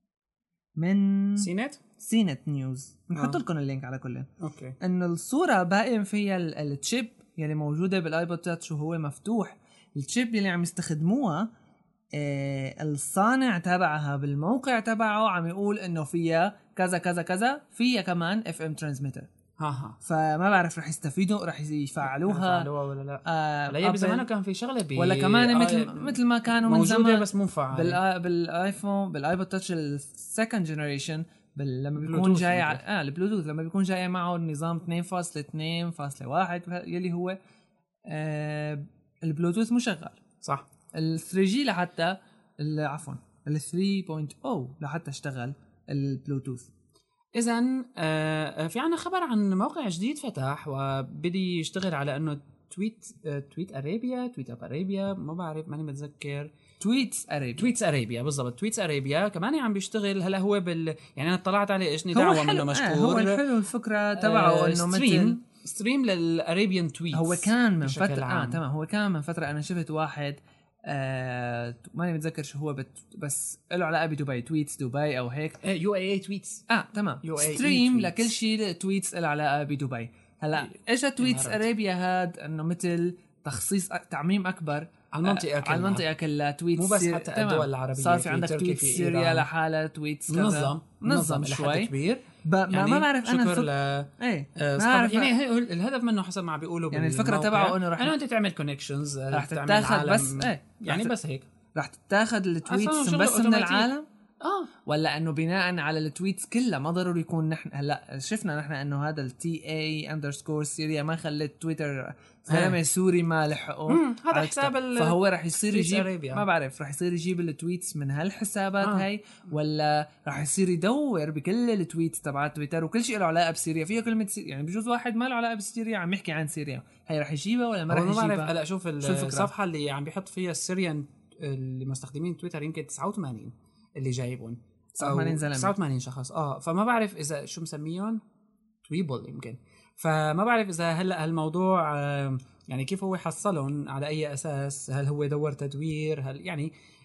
من سينت سينت نيوز نحط لكم اللينك على كلهم. اوكي انه الصوره باين فيها التشيب يلي موجوده بالايبود تاتش وهو مفتوح. التشيب اللي عم يستخدموها آه الصانع تبعها بالموقع تبعه عم يقول انه فيها كذا كذا كذا، فيها كمان اف ام ترانسميتر. ها ها فما بعرف رح يستفيدوا رح يفعلوها يفعلوها ولا لا. آه لا بزمان كان في شغله بي ولا كمان مثل آه مثل ما كانوا من زمان بس مو فعال بالآ... بالايفون بالايبود تاتش السكند جنريشن بال... لما بيكون جاي ع... اه البلوتوث لما بيكون جاي معه النظام اثنين فاصلة اثنين فاصلة واحد يلي هو آه البلوتوث مشغل صح. ال ثري جي لحتى عفوا ال ثري بوينت أو لحتى اشتغل البلوتوث. إذن آه في عنا خبر عن موقع جديد فتح وبدي يشتغل على أنه تويت آه تويت أرابيا تويت أب أرابيا ما بعرف ماني متذكر. تويتس أرابيا تويتس أرابيا بالضبط. تويتس أرابيا كمان عم بيشتغل. هلا هو بال يعني أنا اطلعت عليه إيشني دعوة منه مشكور. آه هو الحلو الفكرة تبعه آه إنه مثل ستريم للأرابيان تويتس. هو كان من فترة آه تمام هو كان من فترة أنا شفت واحد آه ماني متذكر شو هو بس له علاقه بدبي تويتس دبي او هيك يو اي اي تويتس اه تمام ستريم لكل شيء تويتس له علاقه بدبي. هلا ايش تويتس ارابيا هاد انه مثل تخصيص تعميم اكبر على المنطقه آه كلها على المنطقه كلها تويتس مو بس حتى الدول العربيه. صار في عندك تويتس سوريا لحالها تويتس منظم منظم شوي كبير يعني ما, ما بعرف انا شكر ل ايه آه يعني الهدف منه حسب ما بيقولوا يعني الفكره تبعه انه رح انه انت تعمل كونكشنز رح تتاخذ بس ايه يعني بس هيك رح تتاخذ التويتس بس من العالم اه ولا انه بناء على التويتس كلها ما ضروري يكون نحن هلا شفنا نحن انه هذا التي اي اندرسكور سيريا ما خلت تويتر زلمه سوري ما لحقوا هذا حساب فهو رح يصير يجيب ما بعرف رح يصير يجيب التويتس من هالحسابات آه. هاي ولا رح يصير يدور بكل التويتس تبعت تويتر وكل شيء له علاقه بسوريا فيه كلمه سوريا يعني بجوز واحد ما له علاقه بسوريا عم يحكي عن سوريا هي رح يجيبها ولا ما رح يجيبها. هلا شوف الصفحه اللي عم بيحط فيها السوريان المستخدمين تويتر يمكن تسعة وثمانين اللي جايبون تسعة وثمانين زلمه تسعة وثمانين شخص اه فما بعرف اذا شو مسميهم تويبل يمكن فما بعرف اذا هلا هالموضوع يعني كيف هو حصلهم على اي اساس هل هو دور تدوير هل يعني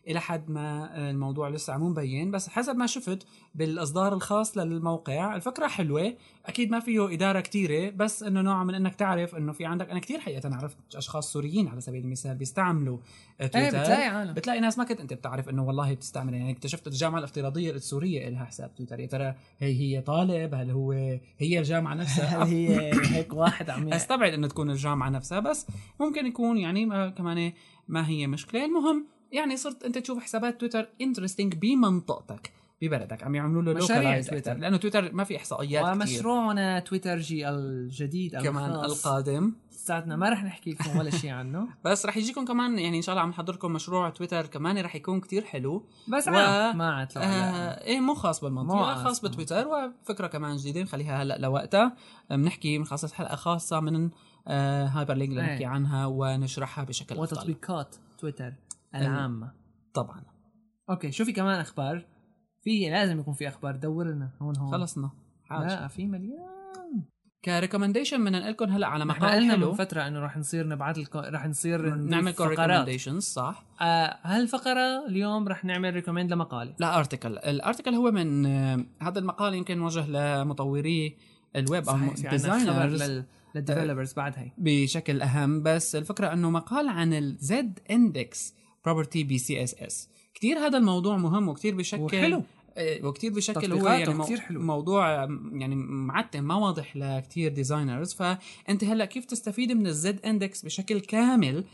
الى حد ما الموضوع لسه مو مبين، بس حسب ما شفت بالاصدار الخاص للموقع الفكره حلوه. اكيد ما فيه اداره كتيره، بس انه نوع من انك تعرف انه في عندك، انا كتير حقيقه عرفت اشخاص سوريين على سبيل المثال بيستعملوا تويتر. ايه بتلاقي عالم، بتلاقي ناس ما كنت انت بتعرف انه والله بتستعمل. يعني اكتشفت الجامعه الافتراضيه السوريه لها حساب تويتر. يا ترى هي هي طالب؟ هل هو هي الجامعه نفسها؟ هل هي هيك واحد عم استبعد انه تكون الجامعه نفسها، بس ممكن يكون يعني ما كمان ما هي مشكله. المهم يعني صرت انت تشوف حسابات تويتر انترستينج بمنطقتك ببلدك، عم يعملوا له لوكالايز تويتر، لانه تويتر ما في احصائيات كثير. ومشروعنا تويتر جي الجديد كمان القادم ساعتنا ما رح نحكي لكم ولا شيء عنه بس رح يجيكم كمان يعني ان شاء الله عم نحضر لكم مشروع تويتر كمان رح يكون كتير حلو، بس و... ما عاد آه ايه مو خاص بالمنطقه، خاص بتويتر، وفكره كمان جديده نخليها هلا لوقتها. بنحكي بنخصص حلقه خاصه من آه هايبر لينك لنحكي ايه. عنها ونشرحها بشكل افضل، وتطبيقات تويتر العامه طبعا. اوكي شو في كمان اخبار؟ في لازم يكون في اخبار، دور لنا هون هون خلصنا حاجة. لا في مليان كريكومنديشن من نقلكم هلا على مقال حلو. حلو من فتره انه راح نصير نبعث لكم، راح نصير نعمل ريكومنديشنز صح. آه هالفقره اليوم راح نعمل ريكومند لمقال، لا ارتكل. الارتكل هو من آه هذا المقال يمكن موجه لمطوري الويب او ديزاينرز للديفلوبرز بعد هي بشكل اهم. بس الفكره انه مقال عن الزد اندكس بروبرتي بي سي اس اس. كتير هذا الموضوع مهم وكتير بشكل حلو وكتير بشكل هو يعني مو موضوع يعني معتم ما واضح لكتير ديزاينرز. فانت هلا كيف تستفيد من الزد اندكس بشكل كامل؟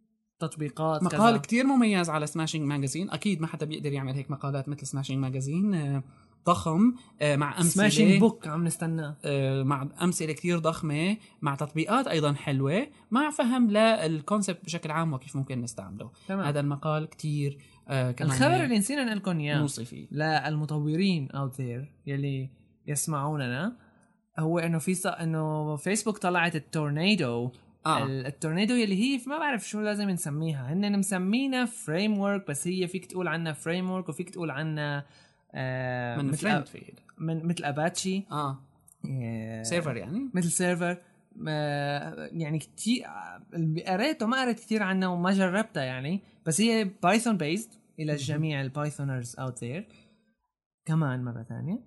تطبيقات مقال كذا. كتير مميز على سماشينج ماجازين. اكيد ما حدا بيقدر يعمل هيك مقالات مثل سماشينج ماجازين، ضخم مع امثله سماشينج بوك عم نستناه مع امثله كتير ضخمه، مع تطبيقات ايضا حلوه، مع فهم للكونسبت بشكل عام وكيف ممكن نستعمله. تمام. هذا المقال كتير آه كمان. الخبر اللي نسينا نقول لكم اياه نوصي فيه للمطورين اوت ذير يلي يسمعوننا، هو انه في ص... انه فيسبوك طلعت التورنيدو. آه. التورنيدو يلي هي ما بعرف شو لازم نسميها، هن مسمينا فريم ورك، بس هي فيك تقول عنها فريم ورك وفيك تقول عنها آه من فريند فيد، من مثل اباتشي اه سيرفر يعني مثل سيرفر. آه يعني كتير قريته ما قريت كتير عنها وما جربتها يعني، بس هي بايثون بيزد الى جميع البايثونرز اوت ذير. كمان مره ثانيه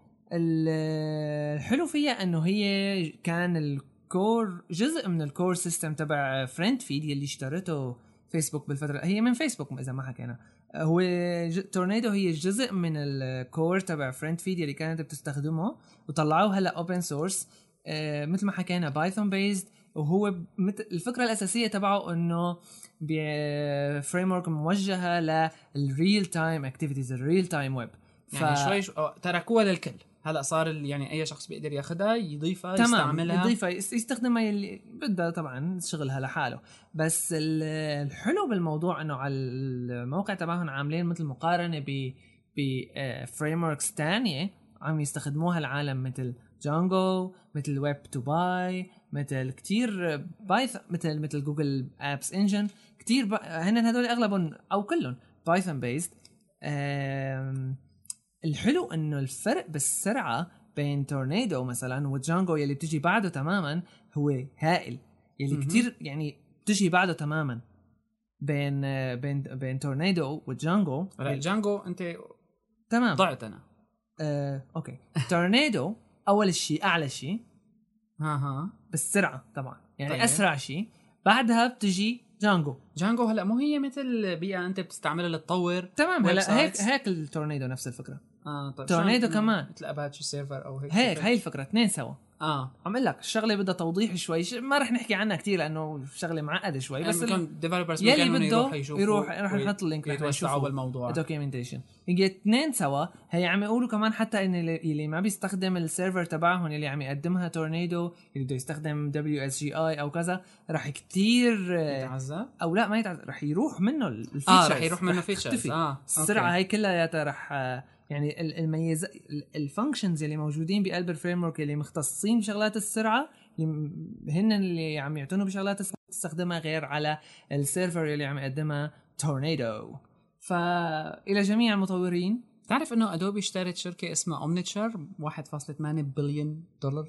الحلو فيها انه هي كان الكور جزء من الكور سيستم تبع فريند فيد يلي اشترته فيسبوك بالفتره، هي من فيسبوك اذا ما حكينا. هو تورنيدو هي جزء من الكور تبع فريند فيد اللي كانت بتستخدمه وطلعوه هلا اوبن سورس آه مثل ما حكينا بايثون بيزد. وهو مثل الفكره الاساسيه تبعه انه بفريم ورك موجهه للريل تايم اكتيفيتيز، الريل تايم ويب. يعني ف... شوي شو... تركوها للكل. هلا صار يعني اي شخص بيقدر ياخذها يضيفها يستعملها يضيفها يستخدمها اللي بدها طبعا شغلها لحاله. بس الحلو بالموضوع انه على الموقع تبعهم عاملين مثل مقارنه ب بفريم وركس ثانيه عم يستخدموها العالم مثل جانجو، مثل ويب تو باي، مثل كتير بايثون، مثل مثل جوجل ابس انجن. كتير ب... هن هدول اغلبهم او كلهم بايثون بيزد. أم... الحلو انه الفرق بالسرعه بين تورنيدو مثلا وجانجو يلي بتجي بعده تماما هو هائل، يلي م-م. كتير يعني بتجي بعده تماما بين بين بين تورنيدو وجانجو. لا جانجو انت تمام ضعت انا آه، اوكي. تورنيدو اول شيء اعلى شيء ها ها بالسرعه طبعا يعني طيب. اسرع شيء بعدها بتجي جانجو. جانجو هلا مو هي مثل بيئه انت بتستعملها لتطور تمام. هلا هيك هيك التورنيدو نفس الفكره. اه طيب تورنيدو كمان مثل اباتشي سيرفر او هيك هيك هاي الفكره اثنين سوا. اه عم اقول لك الشغله بدها توضيح شوي، ما رح نحكي عنها كثير لانه شغله معقده شوي. بس ممكن ديفلوبرز يلي بده يروح يشوفوا يروح رح نحط اللينك رح نشوفه بالموضوع الدوكيومنتيشن. يجي اثنين سوا. هي عم يقولوا كمان حتى ان اللي ما بيستخدم السيرفر تبعهم اللي عم يقدمها تورنيدو اللي بده يستخدم دبليو اس جي اي او كذا رح كثير يتعذب او لا ما يتعذب، رح يروح منه الفيتشرز. اه رح يروح منه فيتشرز. اه السرعه هي كلها رح يعني الميز الفانكشنز اللي موجودين بقلب الفريم ورك اللي مختصين بشغلات السرعه اللي هن اللي عم يعتنوا بشغلات تستخدمها غير على السيرفر اللي عم يقدمها تورنيدو. فإلى جميع المطورين، تعرف انه ادوبي اشترت شركه اسمها اومنيتشر واحد فاصلة ثمانية بليون دولار،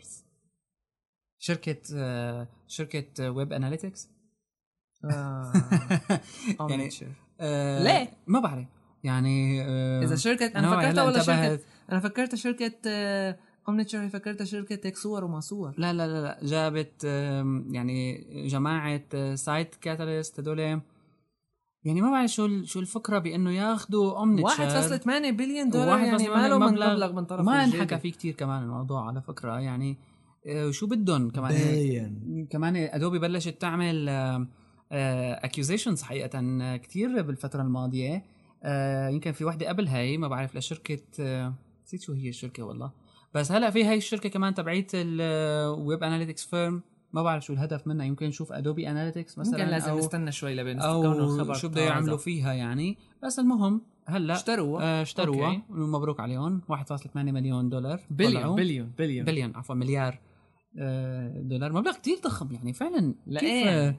شركه آه شركه ويب اناليتكس. آه. يعني آه ليه ما بعرف يعني اذا شركه انا فكرتها ولا شركه انا فكرت شركه اومنيتشر فكرت شركه تك صور وما صور لا لا لا لا جابت يعني جماعه سايت كاتاليست هذول يعني ما بعرف شو شو الفكره بانه ياخذوا اومنيتشر واحد فاصلة ثمانية بليون دولار يعني ما له مبلغ من طرف ما انحكى فيه كتير كمان الموضوع على فكره يعني شو بدهم كمان بين. كمان ادوبي بلشت تعمل اكيوزيشنز حقيقه كتير بالفتره الماضيه يمكن في وحده قبل هاي ما بعرف لشركه نسيت شو هي الشركه والله بس هلا في هاي الشركه كمان تبعيت الويب اناليتكس فيرم ما بعرف شو الهدف منها يمكن نشوف ادوبي اناليتكس مثلا يمكن لازم نستنى شوي لبين او خبر شو بده يعملوا فيها يعني بس المهم هلا اشتروها آه اشتروها ومبروك عليهم واحد فاصلة ثمانية مليون دولار بليون بليون بليون بليون عفوا مليار آه دولار مبلغ كتير ضخم يعني فعلا لا ايه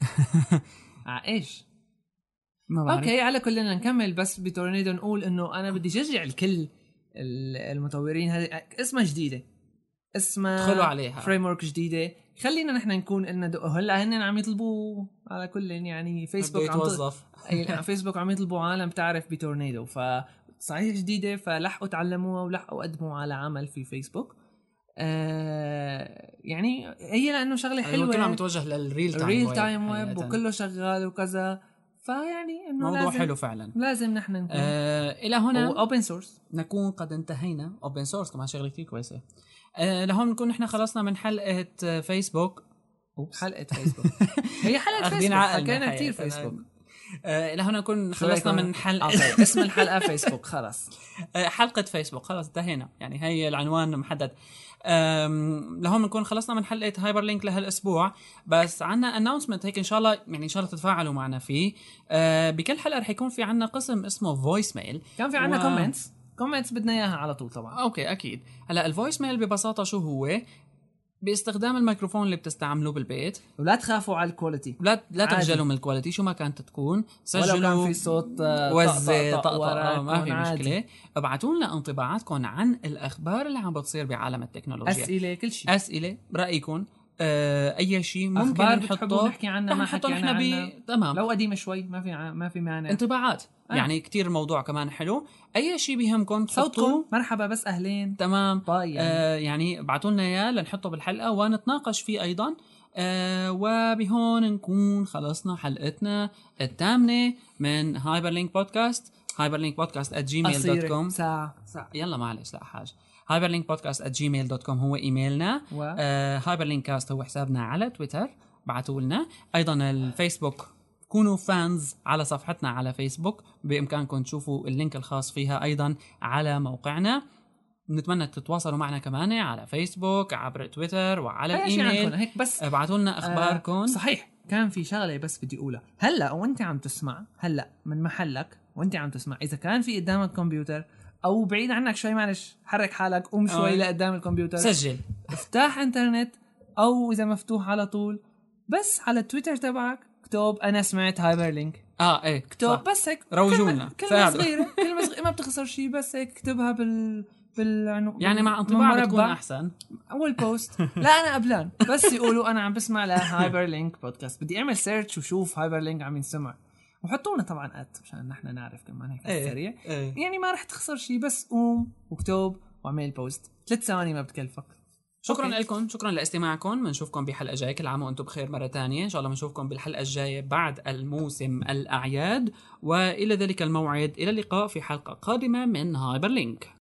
ايش ما بعرف اوكي على كلنا نكمل بس بتورنيدو نقول انه انا بدي شجع الكل المطورين هذه اسمها جديده اسمها ادخلوا عليها فريم ورك جديده خلينا نحن نكون لنا هلا هن عم يطلبوا على كل يعني فيسبوك عم يتوظف اي فيسبوك عم يطلبوا عالم تعرف بتورنيدو فصحيح جديده فلحقوا تعلموها ولحقوا قدموا على عمل في فيسبوك آه يعني هي لانه شغله حلوه كله عم يتوجه للريل تايم ريل تايم ويب وكله شغال وكذا فيعني انه موضوع لازم حلو فعلا لازم نحن نكون آه الى هنا اوبن سورس نكون قد انتهينا اوبن سورس كمان شغله كثير كويسه آه لهون نكون نحن خلصنا من حلقه فيسبوك أوبس. حلقه فيسبوك هي حلقه فيسبوك حكينا كثير فيسبوك آه لهون نكون خلصنا من حلقه اسم الحلقه فيسبوك خلاص آه حلقه فيسبوك خلاص انتهينا يعني هي العنوان محدد لهون بنكون خلصنا من حلقه هايبر لينك لهالاسبوع بس عنا اناونسمنت هيك ان شاء الله يعني ان شاء الله تتفاعلوا معنا فيه أه بكل حلقه رح يكون في عنا قسم اسمه فويس ميل كان في عنا كومنتس و... كومنتس بدنا اياها على طول طبعا اوكي اكيد هلا الفويس ميل ببساطه شو هو باستخدام الميكروفون اللي بتستعملوه بالبيت ولا تخافوا على الكواليتي لا لا تخجلوا من الكواليتي شو ما كانت تكون سجلوا ولو كان في صوت وزة طقطقة ما في مشكلة ابعتوا لنا انطباعاتكم عن الأخبار اللي عم بتصير بعالم التكنولوجيا أسئلة كل شيء أسئلة رأيكم آه أي شيء ممكن نحطه نحكي عنه ما حكينا عنه تمام لو قديمة شوي ما في ع... ما في مانع انطباعات آه. يعني كتير الموضوع كمان حلو أي شيء بيهمكم صوتكم مرحبا بس أهلين تمام باي يعني. آه يعني ابعتوا لنا إياه لنحطه بالحلقة ونتناقش فيه أيضا آه وبهون نكون خلصنا حلقتنا الثامنة من هايبر لينك بودكاست هايبر لينك بودكاست at gmail dot com ساعة ساعة يلا معلش لا حاجة هايبر لينك بودكاست at gmail dot com هو إيميلنا و... آه هايبر لينك كاست هو حسابنا على تويتر بعتوا لنا أيضا الفيسبوك كونوا فانز على صفحتنا على فيسبوك بإمكانكم تشوفوا اللينك الخاص فيها أيضا على موقعنا نتمنى تتواصلوا معنا كمان على فيسبوك عبر تويتر وعلى الإيميل هيك بس ابعتوا لنا أخباركم آه صحيح كان في شغلة بس بدي أقولها هلأ وانت عم تسمع هلأ من محلك وانت عم تسمع إذا كان في قدامك كمبيوتر أو بعيد عنك شوي معلش حرك حالك قوم شوي أوه. لقدام الكمبيوتر سجل افتح انترنت أو إذا مفتوح على طول بس على تويتر تبعك اكتب أنا سمعت هايبر لينك اه ايه اكتب بس هيك روجونا كلمة صغيرة كلمة صغيرة ما بتخسر شيء بس هيك اكتبها بال بالعنو يعني مع انطباع بتكون احسن اول بوست لا انا قبلان بس يقولوا انا عم بسمع لهايبر لينك بودكاست بدي اعمل سيرش وشوف هايبر لينك عم ينسمع وحطونا طبعا ات مشان نحن نعرف كمان هيك ايه سريع ايه. يعني ما رح تخسر شيء بس قوم واكتب واعمل بوست ثلاث ثواني ما بتكلفك شكرا لكم شكرا لاستماعكم بنشوفكم بحلقه جايه كل عام وانتم بخير مره ثانيه ان شاء الله بنشوفكم بالحلقه الجايه بعد الموسم الاعياد والى ذلك الموعد الى اللقاء في حلقه قادمه من هايبر لينك.